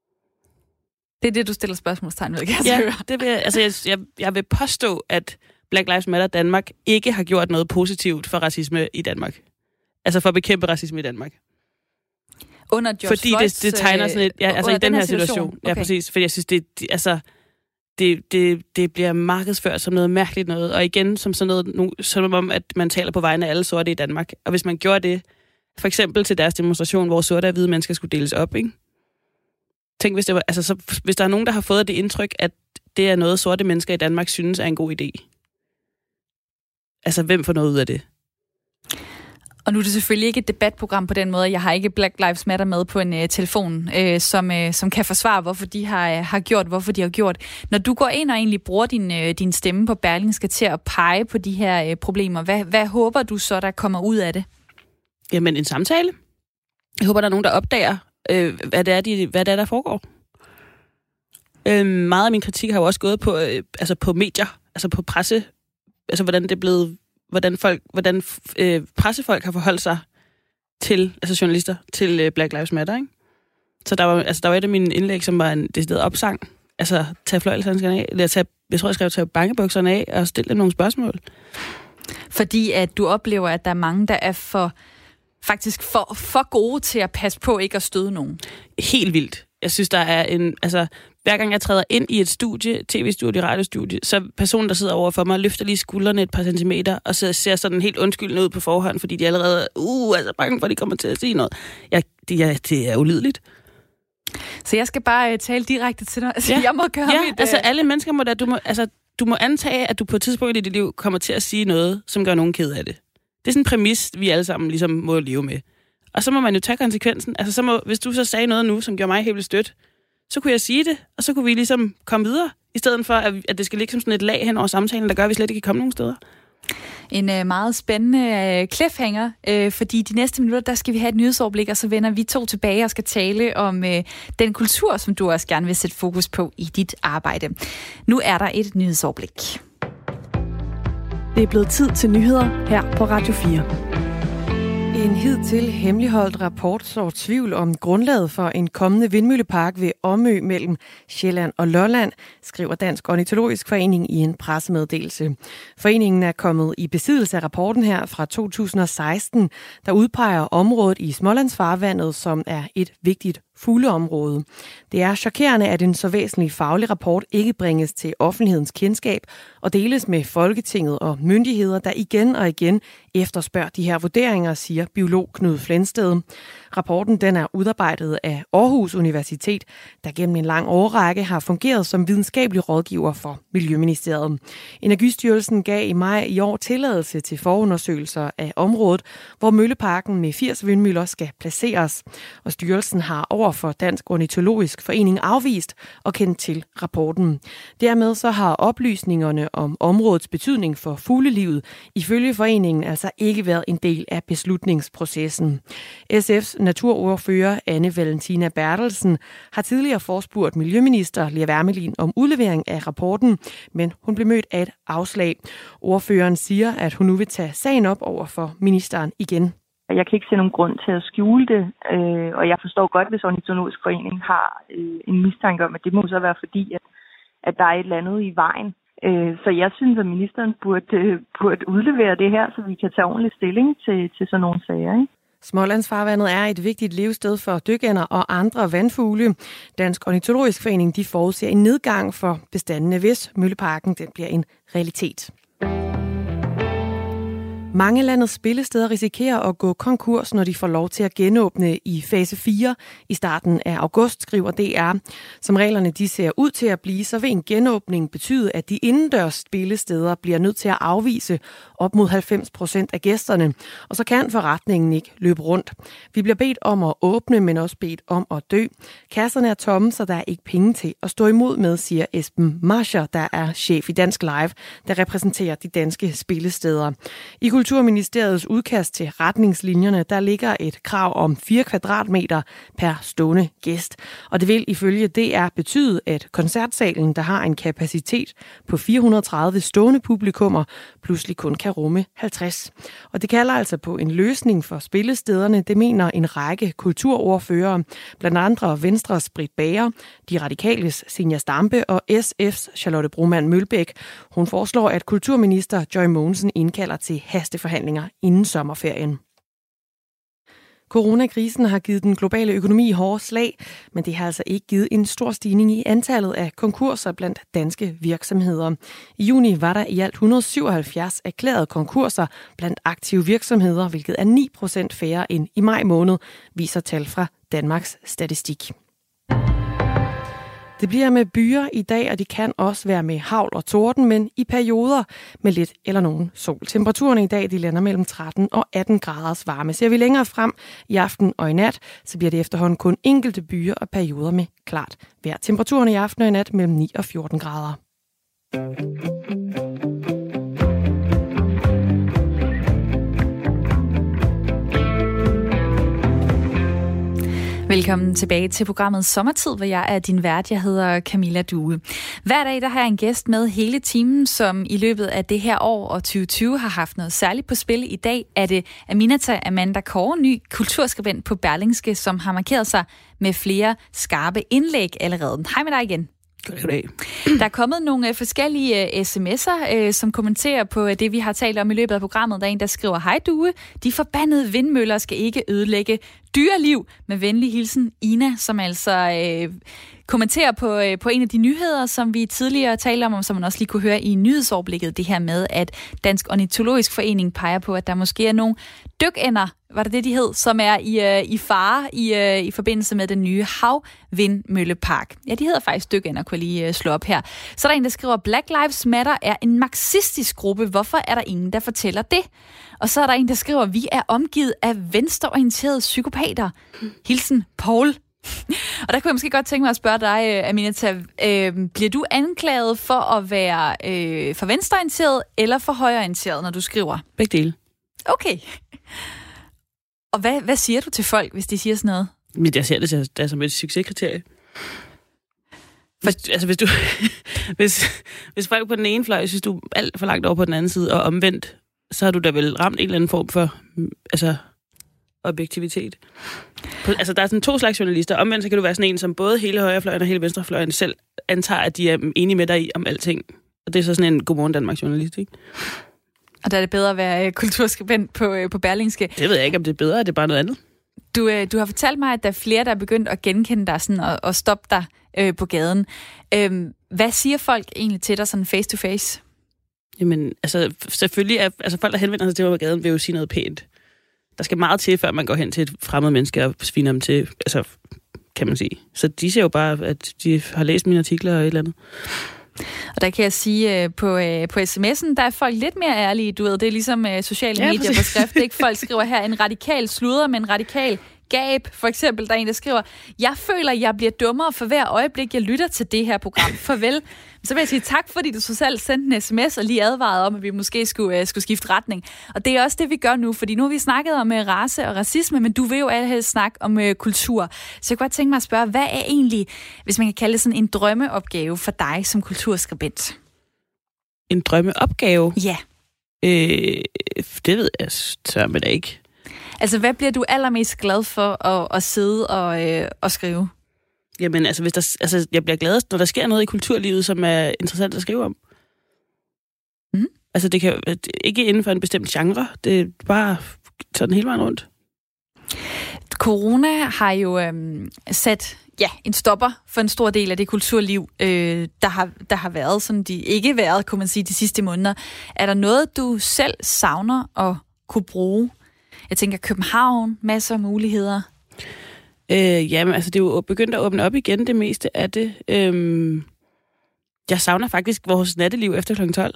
Det er det, du stiller spørgsmålstegn ved, kan jeg ja, høre. Det vil, altså jeg, jeg, jeg vil påstå, at Black Lives Matter Danmark ikke har gjort noget positivt for racisme i Danmark. Altså for at bekæmpe racisme i Danmark. Under George Fordi Floyds, det, det tegner sådan et... Ja, altså i den, den her situation. situation. Okay. Ja, præcis. Fordi jeg synes, det, det, altså, det, det, det bliver markedsført som noget mærkeligt noget. Og igen, som sådan noget, som om, at man taler på vegne af alle sorte i Danmark. Og hvis man gjorde det, for eksempel til deres demonstration, hvor sorte og hvide mennesker skulle deles op, ikke? Tænk, hvis, det var, altså, så, hvis der er nogen, der har fået det indtryk, at det er noget, sorte mennesker i Danmark synes er en god idé. Altså, hvem får noget ud af det? Og nu er det selvfølgelig ikke et debatprogram på den måde. Jeg har ikke Black Lives Matter med på en uh, telefon, uh, som, uh, som kan forsvare, hvorfor de har, uh, har gjort, hvorfor de har gjort. Når du går ind og egentlig bruger din, uh, din stemme på Berlingske til at pege på de her uh, problemer, hvad, hvad håber du så, der kommer ud af det? Jamen, en samtale. Jeg håber, der er nogen, der opdager, øh, hvad, det er, de, hvad det er, der foregår. Øh, meget af min kritik har jo også gået på, øh, altså på medier, altså på presse, altså hvordan det er blevet, hvordan folk, hvordan øh, pressefolk har forholdt sig til, altså journalister, til øh, Black Lives Matter, ikke? Så der var, altså der var et af mine indlæg, som var en decideret opsang, altså tage fløjelshandskerne af, eller tage, jeg tror, jeg skrev tage bankebukserne af og stille dem nogle spørgsmål. Fordi at du oplever, at der er mange, der er for faktisk for, for gode til at passe på ikke at støde nogen. Helt vildt. Jeg synes, der er en... Altså, hver gang jeg træder ind i et studie, tv-studie, radiostudie, så personen, der sidder over for mig, løfter lige skuldrene et par centimeter, og så ser sådan helt undskyldende ud på forhånd, fordi de allerede uh, altså bange for, at de kommer til at sige noget. Ja, det, er, det er ulideligt. Så jeg skal bare uh, tale direkte til dig. Altså, ja. Jeg må gøre ja, mit... altså alle mennesker må da... Du må, altså, du må antage, at du på et tidspunkt i dit liv kommer til at sige noget, som gør nogen ked af det. Det er sådan en præmis, vi alle sammen ligesom må leve med. Og så må man jo tage konsekvensen. Altså, så må, hvis du så sagde noget nu, som gjorde mig helt vildt stødt, så kunne jeg sige det, og så kunne vi ligesom komme videre, i stedet for, at, at det skal ligge som sådan et lag hen over samtalen, der gør, at vi slet ikke kan komme nogen steder. En øh, meget spændende øh, cliffhanger, øh, fordi de næste minutter, der skal vi have et nyhedsoverblik, og så vender vi to tilbage og skal tale om øh, den kultur, som du også gerne vil sætte fokus på i dit arbejde. Nu er der et nyhedsoverblik. Det er blevet tid til nyheder her på Radio fire. En hidtil hemmeligholdt rapport sår tvivl om grundlaget for en kommende vindmøllepark ved Omø mellem Sjælland og Lolland, skriver Dansk Ornitologisk Forening i en pressemeddelelse. Foreningen er kommet i besiddelse af rapporten her fra to tusind og seksten, der udpeger området i Smålandsfarvandet, som er et vigtigt fugleområde. Det er chokerende, at en så væsentlig faglig rapport ikke bringes til offentlighedens kendskab og deles med Folketinget og myndigheder, der igen og igen efterspørger de her vurderinger, siger biolog Knud Flensted. Rapporten den er udarbejdet af Aarhus Universitet, der gennem en lang årrække har fungeret som videnskabelig rådgiver for Miljøministeriet. Energistyrelsen gav i maj i år tilladelse til forundersøgelser af området, hvor mølleparken med firs vindmøller skal placeres. Og styrelsen har over for Dansk Ornitologisk Forening afvist og kendt til rapporten. Dermed så har oplysningerne om områdets betydning for fuglelivet ifølge foreningen altså ikke været en del af beslutningsprocessen. S F's naturordfører Anne Valentina Bertelsen har tidligere forespurgt miljøminister Lea Wermelin om udlevering af rapporten, men hun blev mødt af et afslag. Ordføreren siger, at hun nu vil tage sagen op over for ministeren igen. Jeg kan ikke se nogen grund til at skjule det, øh, og jeg forstår godt, hvis Ornitologisk Forening har øh, en mistanke om, at det må så være fordi, at, at der er et eller andet i vejen. Øh, så jeg synes, at ministeren burde, øh, burde udlevere det her, så vi kan tage ordentlig stilling til, til sådan nogle sager, ikke? Smålandsfarvandet er et vigtigt levested for dykænder og andre vandfugle. Dansk Ornitologisk Forening de forudser en nedgang for bestandene, hvis mølleparken den bliver en realitet. Mange landets spillesteder risikerer at gå konkurs, når de får lov til at genåbne i fase fire i starten af august, skriver D R. Som reglerne de ser ud til at blive, så vil en genåbning betyde, at de indendørs spillesteder bliver nødt til at afvise op mod halvfems procent af gæsterne, og så kan forretningen ikke løbe rundt. Vi bliver bedt om at åbne, men også bedt om at dø. Kasserne er tomme, så der er ikke penge til at stå imod med, siger Esben Marscher, der er chef i Dansk Live, der repræsenterer de danske spillesteder. I Kulturministeriets udkast til retningslinjerne, der ligger et krav om fire kvadratmeter per stående gæst. Og det vil ifølge D R betyde, at koncertsalen, der har en kapacitet på fire hundrede og tredive stående publikummer, pludselig kun kan rumme halvtreds. Og det kalder altså på en løsning for spillestederne, det mener en række kulturordførere, blandt andre Venstres Britt Bager, De Radikales Zenia Stampe og S F's Charlotte Broman Mølbæk. Hun foreslår, at kulturminister Joy Mogensen indkalder til hasteforhandlinger inden sommerferien. Coronakrisen har givet den globale økonomi hårde slag, men det har altså ikke givet en stor stigning i antallet af konkurser blandt danske virksomheder. I juni var der i alt et hundrede og syvoghalvfjerds erklærede konkurser blandt aktive virksomheder, hvilket er ni procent færre end i maj måned, viser tal fra Danmarks Statistik. Det bliver med byer i dag, og det kan også være med hagl og torden, men i perioder med lidt eller nogen sol. Temperaturerne i dag de lander mellem tretten og atten graders varme. Ser vi længere frem i aften og i nat, så bliver det efterhånden kun enkelte byer og perioder med klart vejr. Temperaturerne i aften og i nat mellem ni og fjorten grader. Velkommen tilbage til programmet Sommertid, hvor jeg er din vært. Jeg hedder Camilla Due. Hver dag der har jeg en gæst med hele timen, som i løbet af det her år og tyve tyve har haft noget særligt på spil. I dag er det Aminata Amanda Kåre, ny kulturskribent på Berlingske, som har markeret sig med flere skarpe indlæg allerede. Hej med dig igen. Goddag. Der er kommet nogle øh, forskellige øh, sms'er, øh, som kommenterer på øh, det, vi har talt om i løbet af programmet. Der er en, der skriver, hej Due, de forbandede vindmøller skal ikke ødelægge dyreliv. Med venlig hilsen, Ina, som altså øh, kommenterer på, øh, på en af de nyheder, som vi tidligere talte om, og som man også lige kunne høre i nyhedsoverblikket, det her med, at Dansk Ornitologisk Forening peger på, at der måske er nogle dykænder, var det det, de hed, som er i, øh, i fare i, øh, i forbindelse med den nye havvindmøllepark. Ja, de hedder faktisk dykænder, kunne jeg lige øh, slå op her. Så er der en, der skriver, Black Lives Matter er en marxistisk gruppe. Hvorfor er der ingen, der fortæller det? Og så er der en, der skriver, vi er omgivet af venstreorienterede psykopater. Hilsen, Paul. Og der kunne jeg måske godt tænke mig at spørge dig, Aminata, øh, bliver du anklaget for at være øh, for venstreorienteret eller for højreorienteret, når du skriver? Begge dele. Okay. Og hvad, hvad siger du til folk, hvis de siger sådan noget? Men jeg ser det der som et succeskriterie. Hvis, altså hvis du hvis, hvis folk på den ene fløj synes du er alt for langt over på den anden side, og omvendt, så har du da vel ramt en eller anden form for altså objektivitet. Altså der er sådan to slags journalister. Omvendt så kan du være sådan en, som både hele højrefløjen og hele venstrefløjen selv antager, at de er enige med dig i om alting. Og det er så sådan en Godmorgen Danmark journalist, ikke? Og der er det bedre at være øh, kulturskribent på, øh, på Berlingske. Det ved jeg ikke, om det er bedre, det er bare noget andet. Du, øh, du har fortalt mig, at der er flere, der er begyndt at genkende dig sådan, og, og stoppe dig øh, på gaden. Øhm, hvad siger folk egentlig til dig sådan face to face? Jamen, altså selvfølgelig er altså, folk, der henvender sig til mig på gaden, vil jo sige noget pænt. Der skal meget til, før man går hen til et fremmed menneske og sviner dem til, altså, kan man sige. Så de siger jo bare, at de har læst mine artikler og et eller andet. Og der kan jeg sige, på, på sms'en, der er folk lidt mere ærlige, du ved, det er ligesom sociale ja, medier på skrift, ikke? Folk skriver her, en radikal sludder, men en radikal gab, for eksempel, der er en, der skriver, jeg føler, jeg bliver dummere for hver øjeblik, jeg lytter til det her program. Farvel. Så vil jeg sige tak, fordi du så selv sendte en sms og lige advarede om, at vi måske skulle, uh, skulle skifte retning. Og det er også det, vi gør nu, fordi nu har vi snakket om uh, race og racisme, men du vil jo allerhelst snakke om uh, kultur. Så jeg kunne godt tænke mig at spørge, hvad er egentlig, hvis man kan kalde det sådan en drømmeopgave for dig som kulturskribent? En drømmeopgave? Ja. Øh, det ved jeg sørme da ikke. Altså, hvad bliver du allermest glad for at, at sidde og, øh, og skrive? Jamen, altså, hvis der, altså, jeg bliver glad, når der sker noget i kulturlivet, som er interessant at skrive om. Mm. Altså, det kan ikke inden for en bestemt genre. Det er bare sådan hele vejen rundt. Corona har jo øhm, sat ja, en stopper for en stor del af det kulturliv, øh, der, har, der har været, som de ikke været, kunne man sige, de sidste måneder. Er der noget, du selv savner at kunne bruge? Jeg tænker København, masser af muligheder. Øh, jamen, altså det er jo begyndt at åbne op igen, det meste af det. Øh, jeg savner faktisk vores natteliv efter klokken tolv.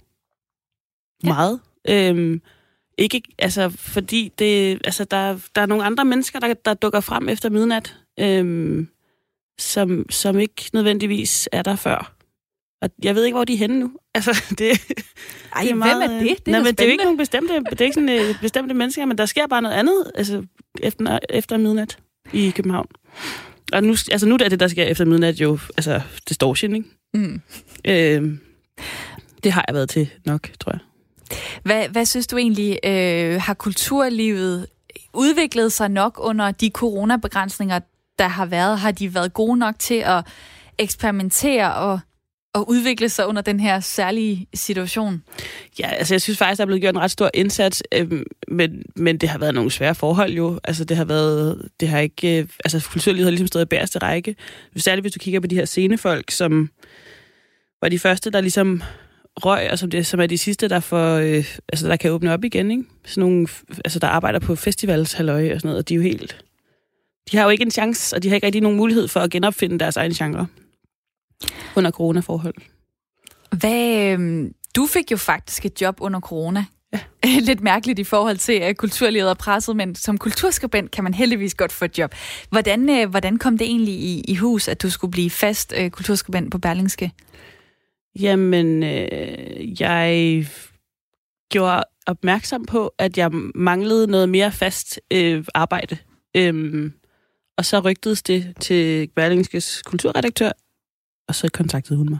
Ja. Meget. Øh, ikke, altså, fordi det, altså, der, der er nogle andre mennesker, der, der dukker frem efter midnat, øh, som, som ikke nødvendigvis er der før. Og jeg ved ikke, hvor de er henne nu. Altså, det, Ej, det er meget, hvem er det? Det er, nej, men det er jo ikke nogen bestemte, det er ikke sådan, uh, bestemte mennesker, men der sker bare noget andet altså, efter, efter midnat i København. Og nu, altså, nu er det, der sker efter midnat, jo altså, distortion, ikke? Mm. Øh, det har jeg været til nok, tror jeg. Hvad, hvad synes du egentlig, øh, har kulturlivet udviklet sig nok under de coronabegrænsninger, der har været? Har de været gode nok til at eksperimentere og og udvikle sig under den her særlige situation? Ja, altså jeg synes faktisk, der er blevet gjort en ret stor indsats, øh, men, men det har været nogle svære forhold jo. Altså det har været, det har ikke, øh, altså kulturlivet har ligesom stået i bagerste række. Særligt hvis du kigger på de her scenefolk, som var de første, der ligesom røg, og som, det, som er de sidste, der får, øh, altså der kan åbne op igen, ikke? Sådan nogle, altså der arbejder på festivalshalløj og sådan noget, og de er jo helt, de har jo ikke en chance, og de har ikke rigtig nogen mulighed for at genopfinde deres egen genre under coronaforhold. Hvad, øh, du fik jo faktisk et job under corona. Ja. Lidt mærkeligt i forhold til, at kulturlivet er presset, men som kulturskribent kan man heldigvis godt få et job. Hvordan, øh, hvordan kom det egentlig i, i hus, at du skulle blive fast øh, kulturskribent på Berlingske? Jamen, øh, jeg gjorde opmærksom på, at jeg manglede noget mere fast øh, arbejde. Øhm, og så rygtedes det til Berlingskes kulturredaktør, og så kontaktede hun mig.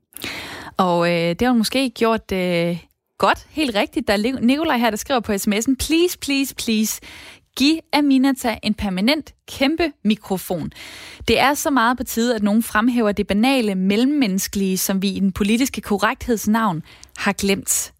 Og øh, det har hun måske gjort øh, godt, helt rigtigt. Der er Nikolaj her, der skriver på sms'en, please, please, please, Giv Aminata en permanent kæmpe mikrofon. Det er så meget på tide, at nogen fremhæver det banale mellemmenneskelige, som vi i den politiske korrekthedsnavn har glemt.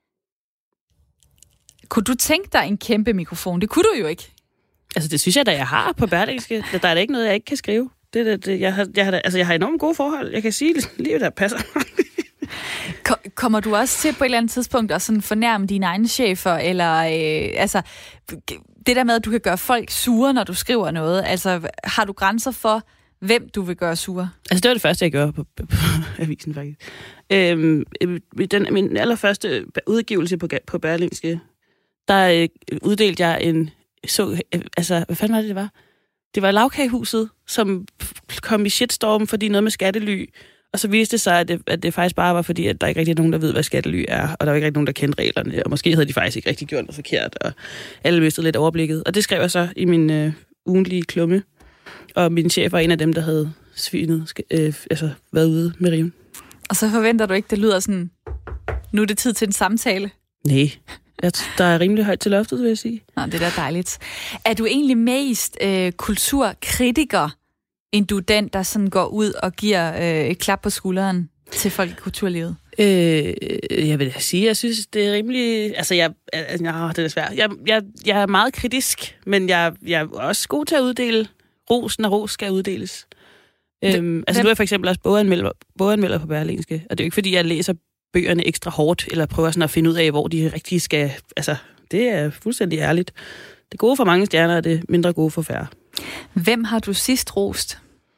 Kunne du tænke dig en kæmpe mikrofon? Det kunne du jo ikke. Altså, det synes jeg da, jeg har på Berlingske. Der er da ikke noget, jeg ikke kan skrive. Det, det, det, jeg, har, jeg, har, altså, jeg har enormt gode forhold. Jeg kan sige lige, der passer. Kommer du også til på et eller andet tidspunkt at sådan fornærme dine egne chefer, eller øh, altså, det der med, at du kan gøre folk sure, når du skriver noget, altså har du grænser for, hvem du vil gøre sure? Altså det var det første, jeg gjorde på, på, på avisen faktisk. Øhm, den, min allerførste udgivelse på, på Berlingske, der øh, uddelte jeg en, så, øh, altså hvad fanden var det, det var? Det var Lagkagehuset, som kom i shitstorm, fordi noget med skattely. Og så viste det sig, at det, at det faktisk bare var fordi, at der ikke rigtig er nogen, der ved, hvad skattely er, og der var ikke rigtig nogen, der kendte reglerne, og måske havde de faktisk ikke rigtig gjort noget forkert, og alle mistede lidt overblikket. Og det skrev jeg så i min øh, ugentlige klumme, og min chef var en af dem, der havde svinet, øh, altså været ude med riven. Og så forventer du ikke, det lyder sådan, nu er det tid til en samtale? Nej, der er rimelig højt til loftet, vil jeg sige. Nå, det er da dejligt. Er du egentlig mest øh, kulturkritiker, end du den, der sådan går ud og giver øh, et klap på skulderen til folk i kulturlivet? Øh, jeg vil da sige, jeg synes, det er rimelig... Altså, jeg, altså, ja, det er svært. Jeg, jeg, jeg er meget kritisk, men jeg, jeg er også god til at uddele ros, når ros skal uddeles. Øhm, altså, nu er jeg for eksempel også boghanmelder, boghanmelder på Berlingske, og det er jo ikke, fordi jeg læser bøgerne ekstra hårdt, eller prøver sådan at finde ud af, hvor de rigtig skal... Altså, det er fuldstændig ærligt. Det er gode for mange stjerner, og det er mindre gode for færre. Hvem har du sidst rost?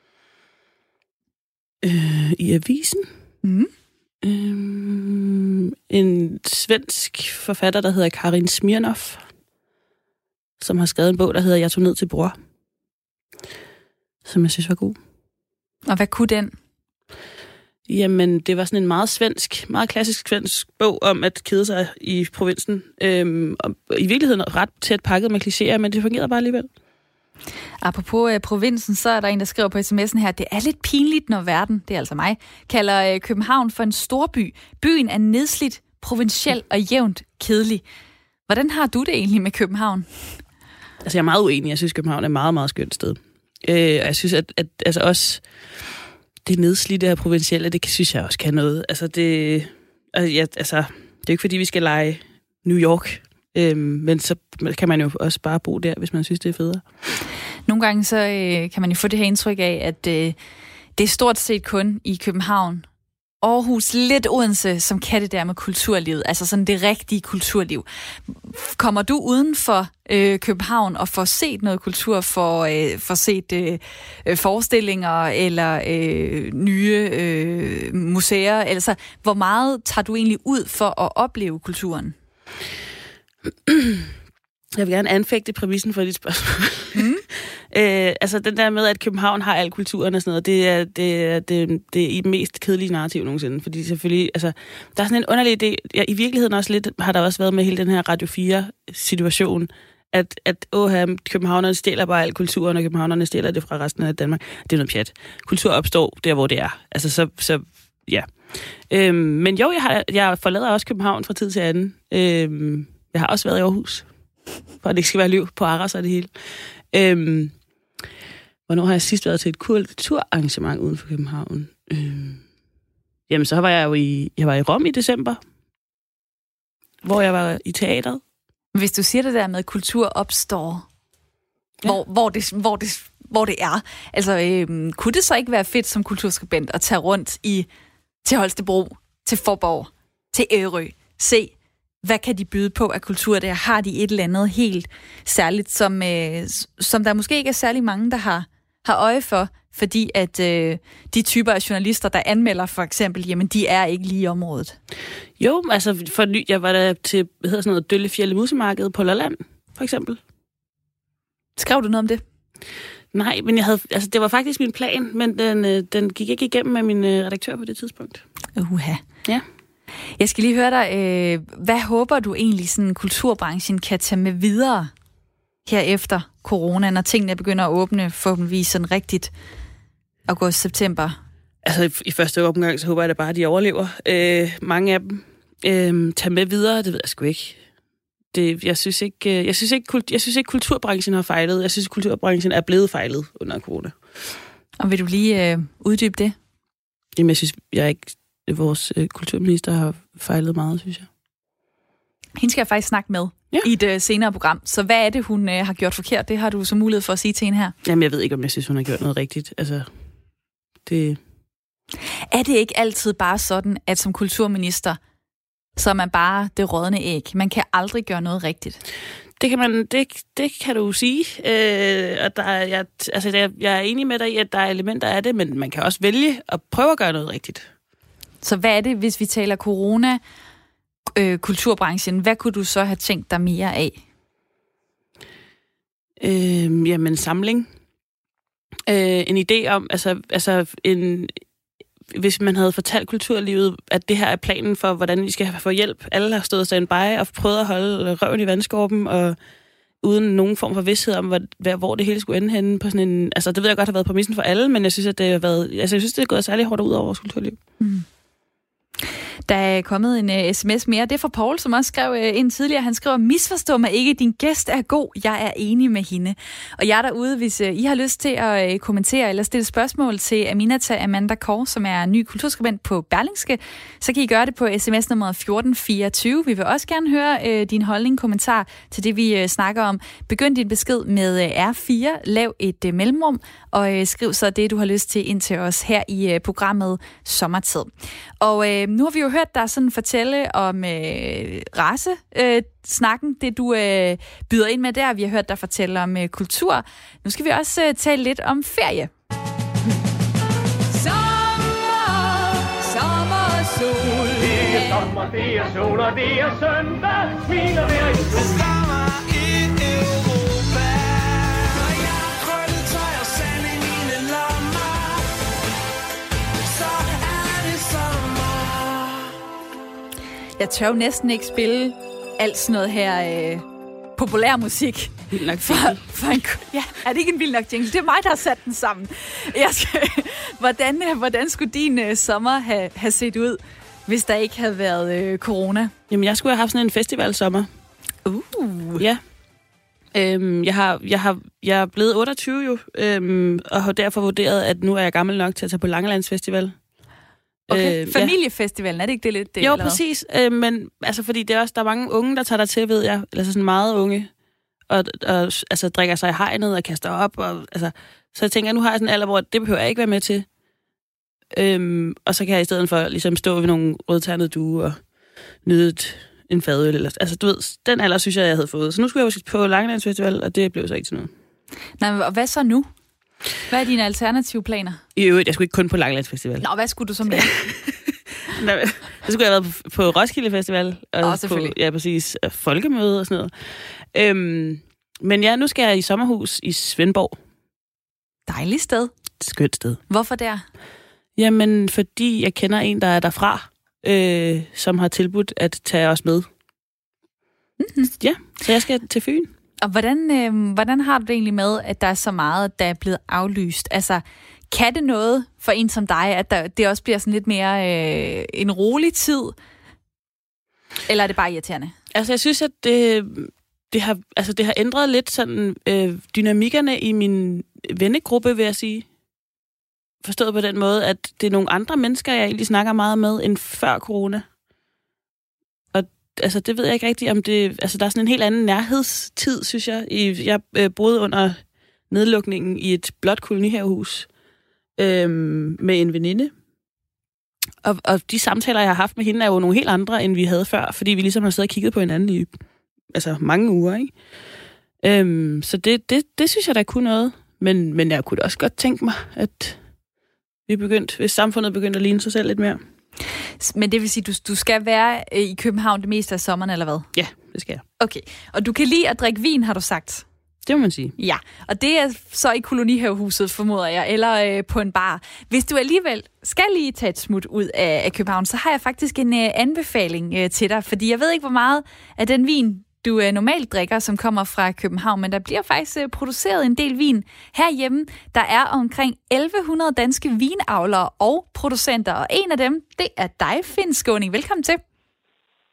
Øh, I avisen? Mm. Øh, en svensk forfatter, der hedder Karin Smirnoff, som har skrevet en bog, der hedder Jeg tog ned til bror, som jeg synes var god. Og hvad kunne den? Jamen, det var sådan en meget svensk, meget klassisk svensk bog om at kede sig i provinsen. Øhm, og i virkeligheden ret tæt pakket med klichéer, men det fungerede bare alligevel. Apropos øh, provinsen, så er der en, der skriver på sms'en her, det er lidt pinligt, når verden, det er altså mig, kalder øh, København for en storby. Byen er nedslidt, provinciel og jævnt kedelig. Hvordan har du det egentlig med København? Altså, jeg er meget uenig. Jeg synes, København er et meget, meget skønt sted. Øh, og jeg synes, at, at altså også det nedslidte af provincielle, det synes jeg også kan noget. Altså, det, altså, det er ikke, fordi vi skal lege New York, øhm, men så kan man jo også bare bo der, hvis man synes, det er federe. Nogle gange så øh, kan man jo få det her indtryk af, at øh, det er stort set kun i København, Aarhus, lidt Odense, som kan det der med kulturlivet, altså sådan det rigtige kulturliv. Kommer du uden for øh, København og får set noget kultur, får, øh, får set øh, forestillinger eller øh, nye øh, museer? Altså, hvor meget tager du egentlig ud for at opleve kulturen? Jeg vil gerne anfægte præmissen for dit spørgsmål. Mm. øh, altså den der med, at København har al kulturen og sådan noget, det er det, er, det, det er i det mest kedelige narrativ nogensinde. Fordi selvfølgelig, altså, der er sådan en underlig idé, ja, i virkeligheden også lidt, har der også været med hele den her Radio fire-situation, at, at åh, københavnerne stjæler bare al kulturen, og københavnerne stjæler det fra resten af Danmark. Det er noget pjat. Kultur opstår der, hvor det er. Altså så, så ja. Øhm, men jo, jeg, har, jeg forlader også København fra tid til anden. Øhm, jeg har også været i Aarhus, for at det ikke skal være liv på Aros og det hele. Øhm, hvornår har jeg sidst været til et kulturarrangement uden for København? Øhm, jamen, så var jeg jo i, jeg var i Rom i december, hvor jeg var i teateret. Hvis du siger det der med, at kultur opstår, ja. hvor, hvor, det, hvor, det, hvor det er, altså, øhm, kunne det så ikke være fedt som kulturskribent at tage rundt i, til Holstebro, til Fåborg, til Ærø, se, hvad kan de byde på af kultur der? Har de et eller andet helt særligt, som, øh, som der måske ikke er særlig mange, der har, har øje for, fordi at øh, de typer af journalister, der anmelder for eksempel, jamen de er ikke lige i området. Jo, altså for ny, jeg var der til, hvad hedder sådan noget, Døllefjælde Musemarked på Lolland, for eksempel. Skrev du noget om det? Nej, men jeg havde, altså, det var faktisk min plan, men den, øh, den gik ikke igennem med min øh, redaktør på det tidspunkt. Uha. Ja. Jeg skal lige høre dig, øh, hvad håber du egentlig, sådan kulturbranchen kan tage med videre her efter corona, når tingene begynder at åbne forhåbentligvis sådan rigtigt august-september? Altså i første omgang, så håber jeg da bare, at de overlever. Øh, mange af dem øh, tager med videre, det ved jeg sgu ikke. det, jeg synes ikke, jeg synes ikke, jeg synes ikke kulturbranchen har fejlet. Jeg synes, kulturbranchen er blevet fejlet under corona. Og vil du lige øh, uddybe det? Jamen, jeg synes, jeg ikke, vores øh, kulturminister har fejlet meget, synes jeg. Hende skal jeg faktisk snakke med ja. i et øh, senere program. Så hvad er det, hun øh, har gjort forkert? Det har du så mulighed for at sige til hende her. Jamen, jeg ved ikke, om jeg synes, hun har gjort noget rigtigt. Altså, det... Er det ikke altid bare sådan, at som kulturminister, så er man bare det rådne æg? Man kan aldrig gøre noget rigtigt. Det kan man, det, det kan du sige. Øh, og der er, jeg, altså, jeg, jeg er enig med dig i, at der er elementer af det, men man kan også vælge at prøve at gøre noget rigtigt. Så hvad er det, hvis vi taler corona, øh, kulturbranchen, hvad kunne du så have tænkt dig mere af? Øh, jamen, samling. Øh, en idé om, altså, altså en... Hvis man havde fortalt kulturlivet, at det her er planen for, hvordan vi skal få hjælp. Alle har stået standby og prøvet at holde røven i vandskorben, og uden nogen form for vidsthed om, hvor, hvor det hele skulle ende henne på sådan en... Altså, det ved jeg godt har været præmissen for alle, men jeg synes, at det har været... Altså, jeg synes, det er gået særlig hårdt ud over vores kulturliv. Mm. Der er kommet en uh, sms mere. Det er fra Paul, som også skrev uh, ind tidligere. Han skriver, misforstå mig ikke, din gæst er god. Jeg er enig med hende. Og jeg er derude, hvis uh, I har lyst til at uh, kommentere eller stille spørgsmål til Aminata Amanda Kåre, som er ny kulturskribent på Berlingske, så kan I gøre det på sms nummer fjorten fireogtyve. Vi vil også gerne høre uh, din holdning, kommentar til det, vi uh, snakker om. Begynd din besked med uh, R fire, lav et uh, mellemrum, og uh, skriv så det, du har lyst til ind til os her i uh, programmet Sommertid. Og uh, nu har vi jo hørt dig sådan fortælle om øh, race-snakken, øh, det du øh, byder ind med der. Vi har hørt dig fortælle om øh, kultur. Nu skal vi også øh, tale lidt om ferie. Sommer, sommer og sol. Det er sommer, det er sol, og det er søndag. Smiler hver i sol. Jeg tør jo næsten ikke spille alt sådan noget her øh, populær musik. Vild nok for, for en, ja, er det ikke en vild nok jingle? Det er mig, der har sat den sammen. Jeg skal, hvordan, hvordan skulle din øh, sommer have, have set ud, hvis der ikke havde været øh, corona? Jamen, jeg skulle have haft sådan en festivalsommer. Uh. Ja. Øhm, jeg, har, jeg, har, jeg er blevet otteogtyve jo, øhm, og har derfor vurderet, at nu er jeg gammel nok til at tage på Langelandsfestival. Okay, øh, familiefestivalen, ja. Er det ikke det lidt? Det, jo, præcis. Øh, men altså, fordi det er også, der er mange unge, der tager der til, ved jeg. Altså sådan meget unge. Og, og altså, drikker sig i hegnet og kaster op. Og, altså, så jeg tænker, nu har jeg sådan en alder, hvor det behøver jeg ikke være med til. Øhm, og så kan jeg i stedet for ligesom stå ved nogle rødternede duer og nyde et, en fadøl. Eller, altså, du ved, den alder synes jeg, jeg havde fået. Så nu skulle jeg jo på Langelandsfestival, og det blev så ikke til noget. Nej, og hvad så nu? Hvad er dine alternative planer? I øvrigt, jeg skulle ikke kun på Langelandsfestival. Nå, hvad skulle du så med? Nej, så skulle jeg have været på, på Roskilde Festival. Og oh, selvfølgelig. På, ja, præcis. Folkemøde og sådan noget. Øhm, men ja, nu skal jeg i sommerhus i Svendborg. Dejligt sted. Skønt sted. Hvorfor der? Jamen, fordi jeg kender en, der er derfra, øh, som har tilbudt at tage os med. Mm-hmm. Ja, så jeg skal til Fyn. Og hvordan, øh, hvordan har du det egentlig med, at der er så meget, der er blevet aflyst? Altså, kan det noget for en som dig, at der, det også bliver sådan lidt mere øh, en rolig tid? Eller er det bare irriterende? Altså, jeg synes, at det, det, har, altså, det har ændret lidt sådan øh, dynamikkerne i min vennegruppe, vil jeg sige. Forstået på den måde, at det er nogle andre mennesker, jeg egentlig snakker meget med, end før corona. Altså, det ved jeg ikke rigtigt, om det... Altså, der er sådan en helt anden nærhedstid, synes jeg. I, jeg øh, boede under nedlukningen i et blåt kolonihavehus øh, med en veninde. Og, og de samtaler, jeg har haft med hende, er jo nogle helt andre, end vi havde før, fordi vi ligesom har siddet og kigget på hinanden i altså, mange uger, ikke? Øh, så det, det, det synes jeg, der kunne noget. Men, men jeg kunne da også godt tænke mig, at vi begyndte, hvis samfundet begyndte at ligne sig selv lidt mere. Men det vil sige, du, du skal være i København det meste af sommeren, eller hvad? Ja, det skal jeg. Okay, og du kan lide at drikke vin, har du sagt? Det må man sige. Ja, og det er så i kolonihavehuset, formoder jeg, eller øh, på en bar. Hvis du alligevel skal lige tage et smut ud af, af København, så har jeg faktisk en øh, anbefaling øh, til dig, fordi jeg ved ikke, hvor meget af den vin, du øh, normalt drikker, som kommer fra København, men der bliver faktisk øh, produceret en del vin herhjemme. Der er omkring elleve hundrede danske vinavlere og producenter, og en af dem, det er dig, Finn Skåning. Velkommen til.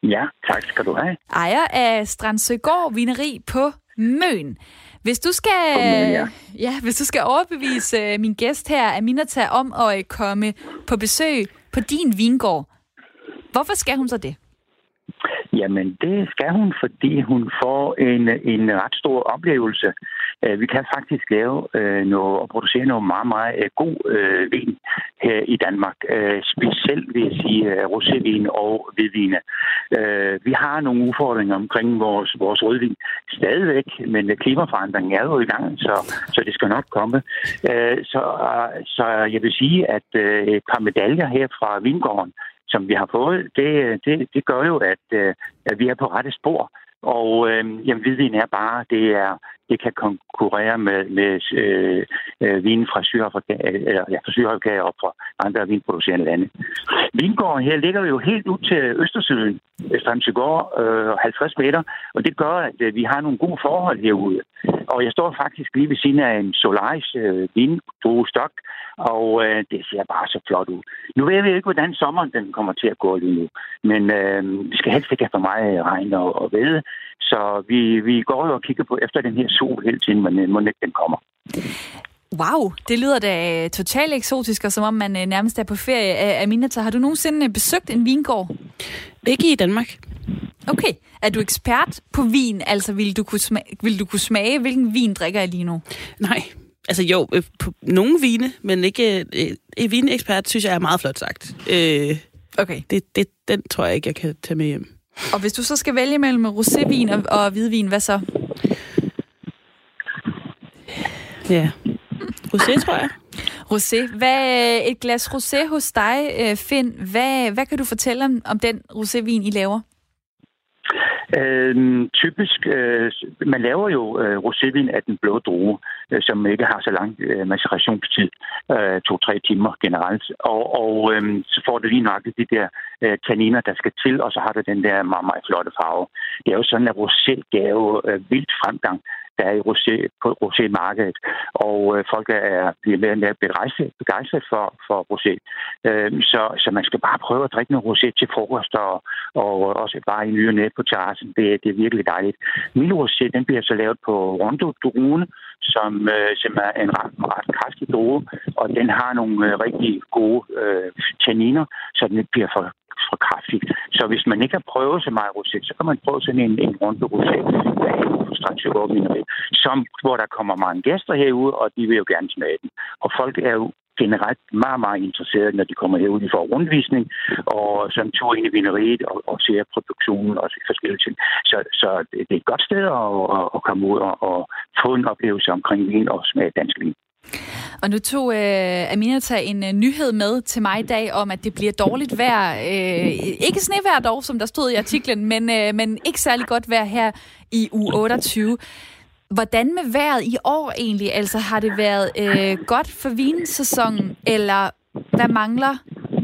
Ja, tak skal du have. Ejer af Strandsøgård Vineri på Møn. Hvis du skal, Møn, ja. Ja, hvis du skal overbevise min gæst her, Aminata, om at komme på besøg på din vingård, hvorfor skal hun så det? Jamen, det skal hun, fordi hun får en, en ret stor oplevelse. Vi kan faktisk lave øh, noget, og producere noget meget, meget god øh, vin her i Danmark. Øh, specielt vil jeg sige øh, rosévin og hvidvine. Øh, vi har nogle udfordringer omkring vores, vores rødvin stadigvæk, men klimaforandringen er jo i gang, så, så det skal nok komme. Øh, så, så jeg vil sige, at øh, et par medaljer her fra vingården, som vi har fået, det, det, det gør jo, at, at vi er på rette spor. Og øh, jamen, hvidvin er bare, det er det kan konkurrere med, med øh, øh, vin fra Sydafrika, eller ja, fra Sydafrika og fra andre vinproducerende lande. Vingården her ligger jo helt ud til Østersøen, Strandsøgård, øh, halvtreds meter, og det gør, at øh, vi har nogle gode forhold herude. Og jeg står faktisk lige ved siden af en Solaris øh, vindruestok, og øh, det ser bare så flot ud. Nu ved jeg ikke, hvordan sommeren den kommer til at gå lige nu, men øh, vi skal helst ikke have for meget regn og, og vejde, så vi, vi går jo og kigger på efter den her sol hele tiden, men må ikke den kommer. Wow, det lyder da totalt eksotisk, og som om man nærmest er på ferie. Aminata, har du nogensinde besøgt en vingård? Ikke i Danmark. Okay. Er du ekspert på vin? Altså, vil du kunne smage, vil du kunne smage hvilken vin drikker jeg lige nu? Nej. Altså jo, på nogle vine, men ikke øh, en vinekspert, synes jeg er meget flot sagt. Øh, okay. Det, det, den tror jeg ikke, jeg kan tage med hjem. Og hvis du så skal vælge mellem rosévin og, og hvidvin, hvad så? Ja, rosé, tror jeg. Rosé. Hvad, et glas rosé hos dig, Finn. Hvad, hvad kan du fortælle om, om den rosévin, I laver? Øh, typisk, øh, man laver jo øh, rosévin af den blå drue, øh, som ikke har så lang øh, macerationstid, øh, to-tre timer generelt. Og, og øh, så får det lige nok de der øh, tanniner, der skal til, og så har det den der meget, meget flotte farve. Det er jo sådan, at rosé gav øh, vildt fremgang, der er i rosé, på rosé-markedet, og øh, folk er, bliver mere og mere begejstret, begejstret for, for rosé. Øh, så, så man skal bare prøve at drikke noget rosé til frokost, og, og også bare i ny og næ på terrassen. Det, det er virkelig dejligt. Min rosé, den bliver så lavet på Rondo-druen, som, øh, som er en ret, ret kraftig drue, og den har nogle øh, rigtig gode øh, tanniner, så den ikke bliver for for kraftigt. Så hvis man ikke har prøvet så meget rosé, så kan man prøve sådan en, en runde rosé, der er på Strandsøgård Vineri, som hvor der kommer mange gæster herude, og de vil jo gerne smage den. Og folk er jo generelt meget, meget interesserede, når de kommer herud. De får rundvisning, og så en tur ind i vineriet, og, og ser produktionen og forskellige ting. Så, så det er et godt sted at, at komme ud og, og få en oplevelse omkring vin og smage dansk vin. Og nu tog øh, Aminata en uh, nyhed med til mig i dag om, at det bliver dårligt vejr. Øh, ikke snevejr dog, som der stod i artiklen, men, øh, men ikke særlig godt vejr her i uge otteogtyve. Hvordan med vejret i år egentlig? Altså har det været øh, godt for vinsæsonen, eller hvad mangler?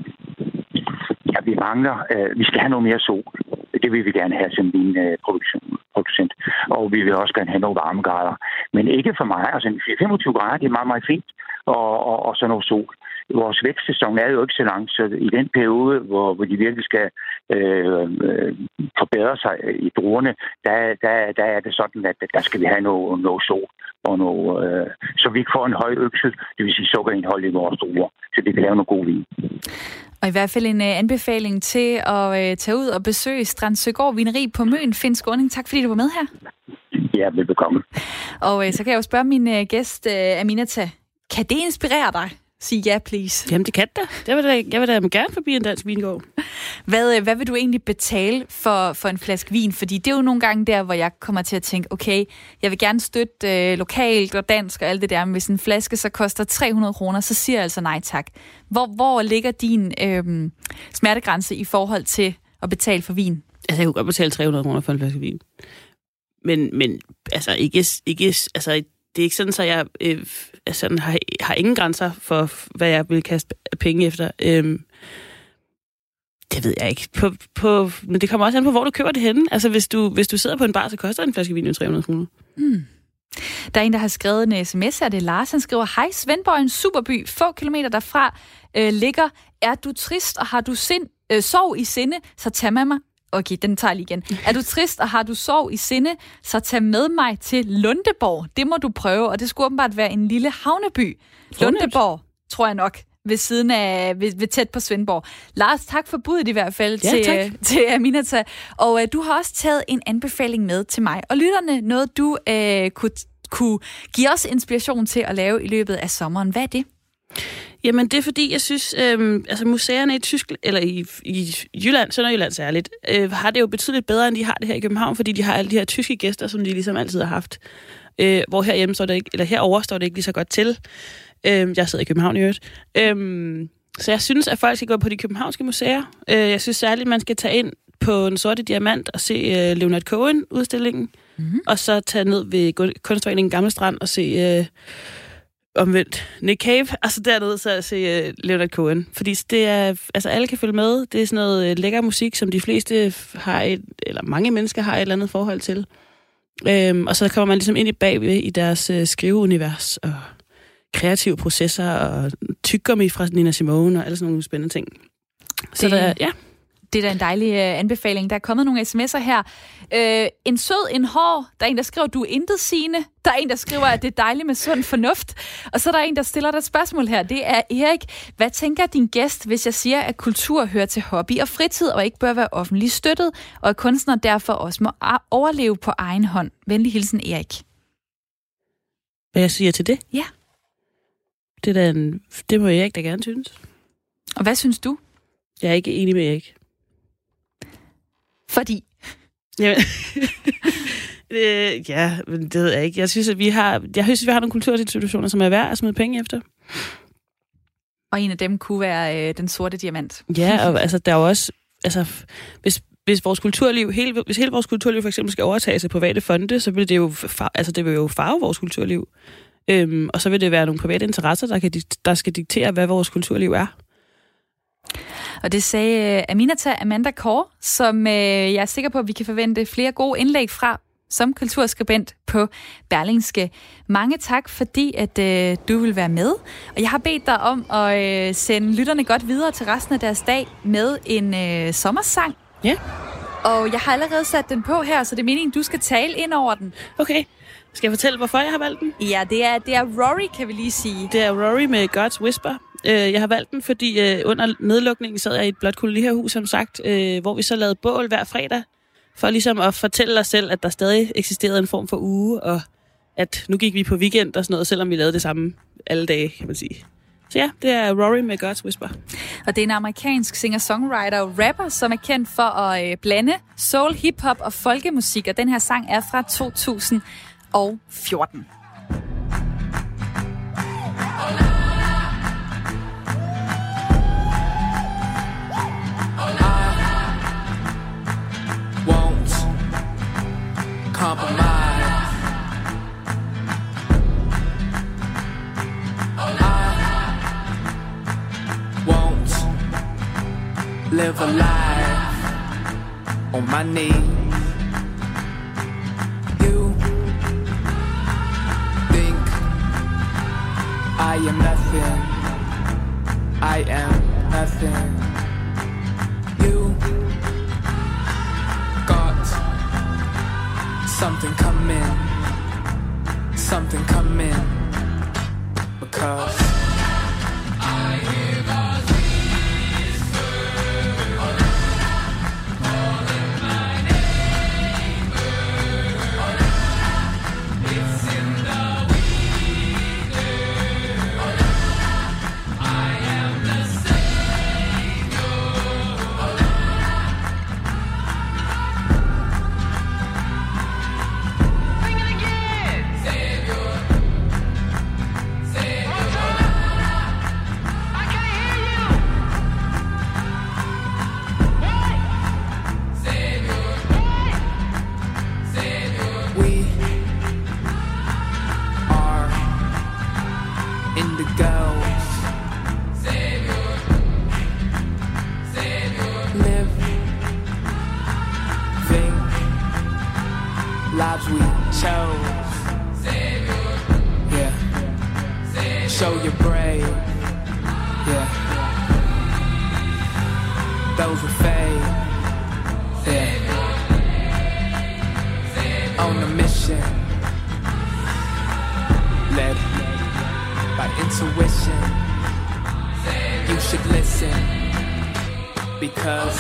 Ja, vi mangler. Øh, vi skal have noget mere sol. Det vil vi gerne have som vinproducent. Og vi vil også gerne have nogle varmegrader. Men ikke for mig. Altså femogtyve grader, det er meget, meget fint. Og, og, og så noget sol. Vores vækstsæson er jo ikke så lang, så i den periode, hvor, hvor de virkelig skal øh, øh, forbedre sig i druerne, der, der, der er det sådan, at der skal vi have noget, noget sol. Og noget, øh, så vi får en høj øksel, det vil sige sukkerindhold i vores druer, så vi kan lave noget god vin. Og i hvert fald en uh, anbefaling til at uh, tage ud og besøge Strandsøgård Vineri på Møn. Finn Skåning, tak fordi du var med her. Ja, velbekomme. Og uh, så kan jeg jo spørge min uh, gæst, uh, Aminata, kan det inspirere dig? Sig ja, please. Jamen, det kan det. Jeg vil da, jeg vil da gerne forbi en dansk vingård. Hvad, hvad vil du egentlig betale for, for en flaske vin? Fordi det er jo nogle gange der, hvor jeg kommer til at tænke, okay, jeg vil gerne støtte øh, lokalt og dansk og alt det der, men hvis en flaske så koster tre hundrede kroner, så siger jeg altså nej tak. Hvor, hvor ligger din øh, smertegrænse i forhold til at betale for vin? Altså, jeg kunne godt betale tre hundrede kroner for en flaske vin. Men, men altså, ikke, ikke, altså, det er ikke sådan, at jeg øh, altså, har, har ingen grænser for, hvad jeg vil kaste penge efter. Øhm, det ved jeg ikke. På, på, men det kommer også an på, hvor du køber det henne. Altså, hvis du, hvis du sidder på en bar, så koster en flaske vin jo tre hundrede kroner. Mm. Der er en, der har skrevet en sms, og det er Lars. Han skriver, hej, Svendborg, en superby. Få kilometer derfra øh, ligger. Er du trist, og har du sind, øh, sorg i sinde, så tag med mig Okay, den tager jeg lige igen. Er du trist, og har du sorg i sinde, så tag med mig til Lundeborg. Det må du prøve, og det skulle åbenbart være en lille havneby. Lundeborg, tror jeg nok, ved siden af, ved, ved tæt på Svendborg. Lars, tak for budet i hvert fald ja, til, til Aminata. Og uh, du har også taget en anbefaling med til mig. Og lytterne, noget du uh, kunne, kunne give os inspiration til at lave i løbet af sommeren. Hvad er det? Jamen, det er fordi, jeg synes, øh, altså museerne i Tyskland, eller i, i Jylland, Sønderjylland særligt, øh, har det jo betydeligt bedre, end de har det her i København, fordi de har alle de her tyske gæster, som de ligesom altid har haft. Øh, hvor herhjemme står det ikke, eller herovre står det ikke lige så godt til. Øh, jeg sidder i København i øvrigt. Øh, så jeg synes, at folk skal gå på de københavnske museer. Øh, jeg synes særligt, at man skal tage ind på Den Sorte Diamant og se øh, Leonard Cohen-udstillingen, mm-hmm. og så tage ned ved Kunstforeningen Gamle Strand og se... Øh, omvendt Nick Cave, altså dernede så at se uh, Leonard Cohen, fordi det er, altså alle kan følge med, det er sådan noget uh, lækker musik, som de fleste har et, eller mange mennesker har et eller andet forhold til. Um, og så kommer man ligesom ind i bagved i deres uh, skriveunivers og kreative processer og tyggegummi fra Nina Simone og alle sådan nogle spændende ting. Så det, der, ja. Det er da en dejlig uh, anbefaling. Der er kommet nogle sms'er her. Uh, en sød, en hård. Der er en, der skriver, du er intetsigende. Der er en, der skriver, at det er dejligt med sund fornuft. Og så er der en, der stiller dig et spørgsmål her. Det er Erik. Hvad tænker din gæst, hvis jeg siger, at kultur hører til hobby og fritid, og ikke bør være offentligt støttet, og at kunstnere derfor også må overleve på egen hånd? Venlig hilsen, Erik. Hvad jeg siger til det? Ja. Det, er en, det må Erik da gerne synes. Og hvad synes du? Jeg er ikke enig med Erik. Fordi? Jamen, øh, ja, men det ved jeg ikke. Jeg synes, at vi har, jeg synes, at vi har nogle kulturinstitutioner, som er værd at smide penge efter. Og en af dem kunne være øh, Den Sorte Diamant. Ja, og altså, der er jo også... Altså, hvis, hvis vores kulturliv, hele, hvis hele vores kulturliv for eksempel skal overtages af private fonde, så vil det jo, far, altså, det vil jo farve vores kulturliv. Øhm, og så vil det være nogle private interesser, der, kan, der skal diktere, hvad vores kulturliv er. Og det sagde Aminata Amanda Kåre, som øh, jeg er sikker på, at vi kan forvente flere gode indlæg fra som kulturskribent på Berlingske. Mange tak, fordi at øh, du vil være med. Og jeg har bedt dig om at øh, sende lytterne godt videre til resten af deres dag med en øh, sommersang. Ja. Og jeg har allerede sat den på her, så det er meningen, du skal tale ind over den. Okay. Skal jeg fortælle, hvorfor jeg har valgt den? Ja, det er, det er Rory, kan vi lige sige. Det er Rory med God's Whisper. Jeg har valgt den, fordi under nedlukningen sad jeg i et blåt kolonihus, som sagt, hvor vi så lavede bål hver fredag, for ligesom at fortælle os selv, at der stadig eksisterede en form for uge, og at nu gik vi på weekend og sådan noget, selvom vi lavede det samme alle dage, kan man sige. Så ja, det er Rory med God's Whisper. Og det er en amerikansk singer-songwriter og rapper, som er kendt for at blande soul, hip-hop og folkemusik, og den her sang er fra to tusind og fjorten. Compromise. I won't live a life on my knees. You think I am nothing. I am nothing. You got something coming, something coming, because I hear God's whisper, calling my name. It's in the weather. I am the Savior. Lives we chose. Yeah. Show you're brave. Yeah. Those with faith. Yeah. because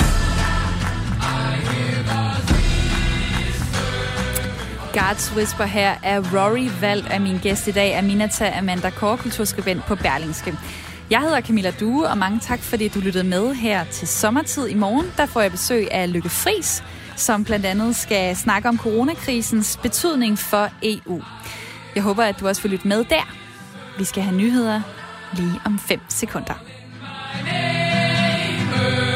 God's Whisper her er Rory, valgt af min gæst i dag, Aminata Amanda Kåre, kulturskribent på Berlingske. Jeg hedder Camilla Due, og mange tak, fordi du lyttede med her til sommertid. I morgen der får jeg besøg af Lykke Friis, som blandt andet skal snakke om coronakrisens betydning for E U. Jeg håber, at du også vil lytte med der. Vi skal have nyheder lige om fem sekunder. My neighbor.